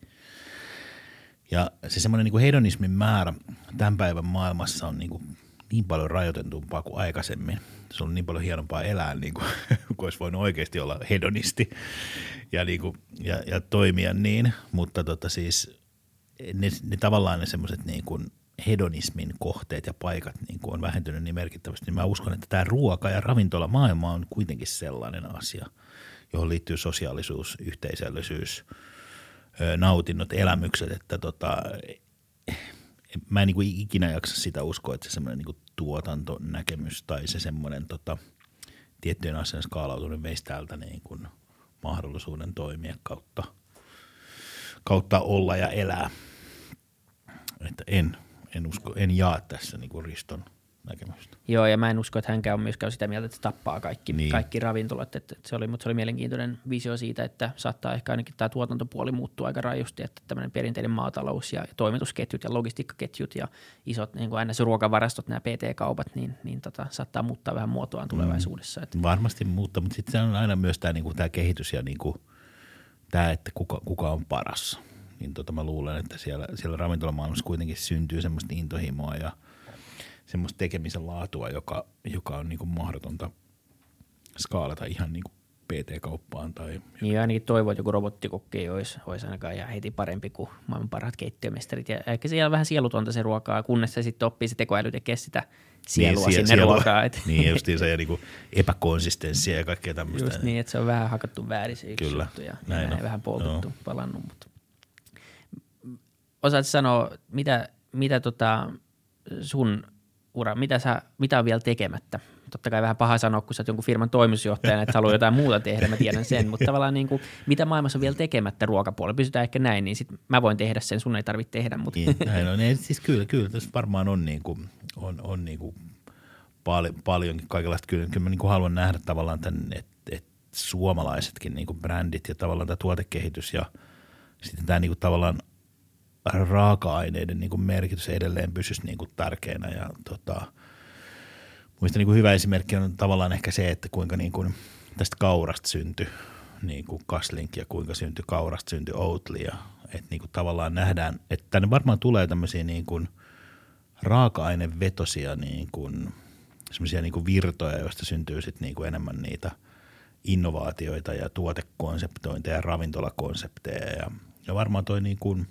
Ja se semmoinen niin kuin hedonismin määrä tämän päivän maailmassa on niin kuin niin paljon rajoitetumpaa kuin aikaisemmin. Se on niin paljon hienompaa elää, niin kuin, kun olisi voinut oikeasti olla hedonisti ja, niin kuin, ja, ja toimia niin, mutta tota siis ne, ne tavallaan ne semmoiset niin kuin hedonismin kohteet ja paikat niin kuin on vähentynyt niin merkittävästi, niin mä uskon, että tämä ruoka- ja ravintolamaailma on kuitenkin sellainen asia, johon liittyy sosiaalisuus, yhteisöllisyys, nautinnot, elämykset, että tota, mä en niin kuin ikinä jaksa sitä uskoa, että se semmoinen niin kuin tuotantonäkemys tai se semmoinen tota, tiettyjen asioiden skaalautuminen veisi täältä niin kuin mahdollisuuden toimia kautta, kautta olla ja elää. Että en, en usko, en jaa tässä niin kuin Riston näkemystä. Joo, ja mä en usko, että hänkään on myöskään sitä mieltä, että se tappaa kaikki, niin. kaikki ravintolat. Että se oli, mutta se oli mielenkiintoinen visio siitä, että saattaa ehkä ainakin tämä tuotantopuoli muuttua aika rajusti, että tämmöinen perinteinen maatalous ja toimitusketjut ja logistiikkaketjut ja isot niin kuin N S-ruokavarastot, nämä P T-kaupat, niin, niin tota, saattaa muuttaa vähän muotoaan tulevaisuudessa. Mm, että. Varmasti muuttaa, mutta sitten se on aina myös tämä, niin kuin, tämä kehitys ja niin kuin, tämä, että kuka, kuka on paras. Niin tota mä luulen, että siellä, siellä ravintolamaailmassa kuitenkin syntyy semmoista intohimoa ja semmoista tekemisen laatua, joka, joka on niin kuin mahdotonta skaalata ihan niin kuin P T-kauppaan. Tai niin ainakin toivoo, että joku robottikokki ei olisi, olisi ainakaan ihan heti parempi kuin maailman parhaat keittiömestarit. Ja ehkä siellä on vähän sielutonta se ruokaa, kunnes se sitten oppii se tekoäly tekee sitä sielua niin, sinne sielua. Ruokaan. Et. Niin, justiinsa ja niinku epäkonsistenssia ja kaikkea tämmöistä. Just niin, että se on vähän hakattu väärin se yksi Kyllä, juttu ja, näin ja vähän poltettu, no. palannut. Mutta. Osaatko sanoa, mitä, mitä tota sun ura, mitä, sä, mitä on vielä tekemättä totta kai vähän paha sanoa, kun sä oot jonkun firman toimitusjohtajana, että haluaa jotain muuta tehdä, mä tiedän sen, mutta tavallaan niin kuin, mitä maailmassa on vielä tekemättä ruokapuolella, pysytään ehkä näin, niin sit mä voin tehdä sen, sun ei tarvitse tehdä. Mutta. Niin, näin on. Niin, siis kyllä, kyllä tässä varmaan on, niin kuin, on, on niin kuin pal- paljonkin kaikenlaista. Kyllä, kyllä mä niin kuin haluan nähdä tavallaan tämän, että, että suomalaisetkin niin kuin brändit ja tavallaan tämä tuotekehitys ja sitten tämä niin kuin tavallaan raaka-aineiden niin kuin merkitys edelleen pysyisi niin kuin tärkeänä ja tota, muista niin kuin hyvä esimerkki on tavallaan ehkä se, että kuinka niin kuin tästä kaurasta syntyi niin kuin Kaslink ja kuinka syntyi kaurasta syntyi Oatly ja että niin kuin tavallaan nähdään, että tänne varmaan tulee tämmöisiä niin kuin raaka-ainevetosia niin kuin semmoisia niin kuin virtoja, joista syntyy sitten niin kuin enemmän niitä innovaatioita ja tuotekonseptointeja ja ravintolakonsepteja ja, ja varmaan toi niin kuin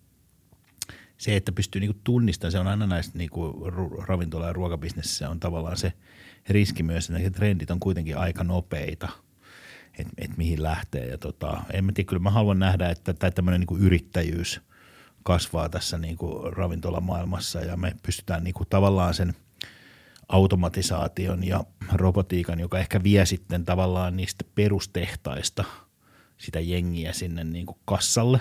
se, että pystyy niinku tunnistamaan, se on aina näissä niinku ravintola- ja ruokabisnessissä on tavallaan se riski myös, että trendit on kuitenkin aika nopeita, että et mihin lähtee. Ja tota, en mä tiedä, kyllä mä haluan nähdä, että tämä tämmöinen niinku yrittäjyys kasvaa tässä niinku ravintolamaailmassa ja me pystytään niinku tavallaan sen automatisaation ja robotiikan, joka ehkä vie sitten tavallaan niistä perustehtaista sitä jengiä sinne niinku kassalle,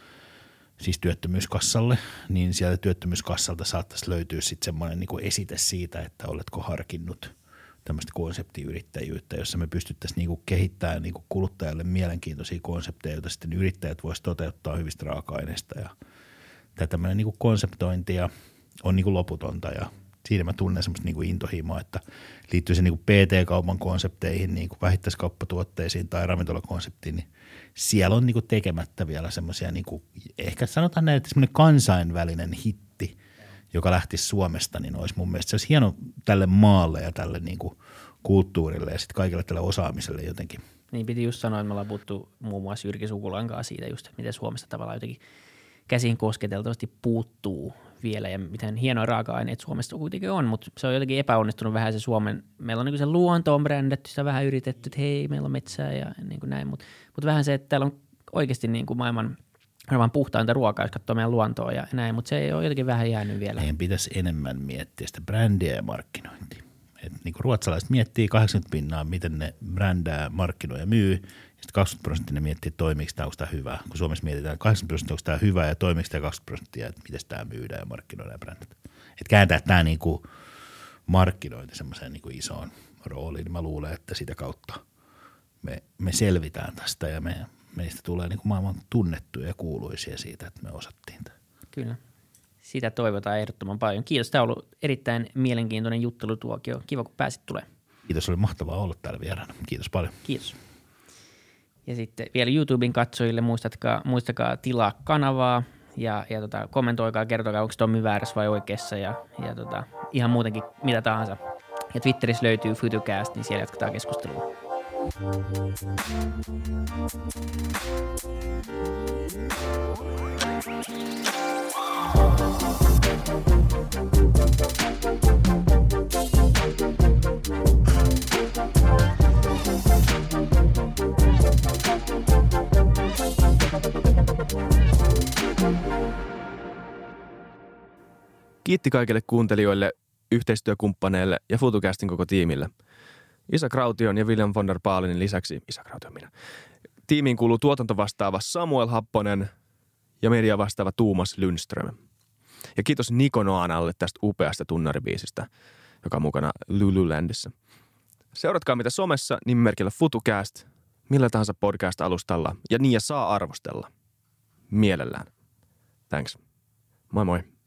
siis työttömyyskassalle, niin sieltä työttömyyskassalta saattaisi löytyä sitten semmoinen niin kuin esite siitä, että oletko harkinnut tämmöistä konseptiyrittäjyyttä, jossa me pystyttäisiin niin kuin kehittämään niin kuin kuluttajalle mielenkiintoisia konsepteja, joita sitten yrittäjät voisivat toteuttaa hyvistä raaka-aineista. Ja tämä tämmöinen niin kuin konseptointia on niin kuin loputonta ja siinä mä tunnen semmoista niin kuin intohimoa, että liittyy se niin kuin P T-kaupan konsepteihin, niin kuin vähittäiskauppatuotteisiin tai ravintolakonseptiin, niin siellä on niin kuin tekemättä vielä semmoisia, niin kuin, ehkä sanotaan näin, että semmoinen kansainvälinen hitti, joka lähtisi Suomesta, niin olisi mun mielestä se olisi hieno tälle maalle ja tälle niin kuin kulttuurille ja sitten kaikille tälle osaamiselle jotenkin. Niin piti just sanoa, että me ollaan puhuttu muun muassa Jyrki Sukulan kanssa siitä just, miten Suomesta tavallaan jotenkin käsin kosketeltavasti puuttuu vielä ja miten hienoja raaka-aineet Suomesta kuitenkin on, mutta se on jotenkin epäonnistunut vähän se Suomen, meillä on niin kuin se luonto on brändätty, sitä vähän yritetty, että hei, meillä on metsää ja niin kuin näin, mutta, mutta vähän se, että täällä on oikeasti niin kuin maailman aivan puhtainta ruokaa, jos katsoo meidän luontoa ja näin, mutta se ei ole jotenkin vähän jäänyt vielä. Meidän pitäisi enemmän miettiä sitä brändiä ja markkinointia. Et niin kuin ruotsalaiset miettii kahdeksankymmentä pinnaa, miten ne brändää, markkinoi ja myy, ja sitten kaksikymmentä prosenttia ne miettii, että toimiiko tämä, onko tämä hyvä. Kun Suomessa mietitään kahdeksankymmentä prosenttia, onko tämä hyvä ja toimiiko tämä kaksikymmentä prosenttia, että miten tämä myydään ja markkinoidaan ja brändätään. Että kääntää tämä niin kuin markkinointi semmoiseen niin kuin isoon rooliin, niin mä luulen, että sitä kautta me, me selvitään tästä ja me, meistä tulee niin kuin maailman tunnettuja ja kuuluisia siitä, että me osattiin tämä. Kyllä. Sitä toivotaan ehdottoman paljon. Kiitos. Tämä on ollut erittäin mielenkiintoinen juttelutuokio. Kiva, kun pääsit tulemaan. Kiitos, oli mahtavaa olla täällä vieraana. Kiitos paljon. Kiitos. Ja sitten vielä YouTuben katsojille muistatkaa, muistakaa tilaa kanavaa ja, ja tota, kommentoikaa, kertokaa, onko Tommi väärässä vai oikeassa ja, ja tota, ihan muutenkin mitä tahansa. Ja Twitterissä löytyy Futucast, niin siellä jatketaan keskustelua. Kiitti kaikille kuuntelijoille, yhteistyökumppaneille ja Futucastin koko tiimille. Isa Kraution ja William von der Baalinin lisäksi, Isa Kraution minä, tiimiin kuuluu tuotantovastaava Samuel Happonen ja media vastaava Tuumas Lundström. Ja kiitos Niko Noanalle tästä upeasta tunnaribiisistä, joka on mukana Lululandissa. Seuratkaa mitä somessa nimimerkillä Futucast, millä tahansa podcast-alustalla ja niin ja saa arvostella. Mielellään. Thanks. Moi moi.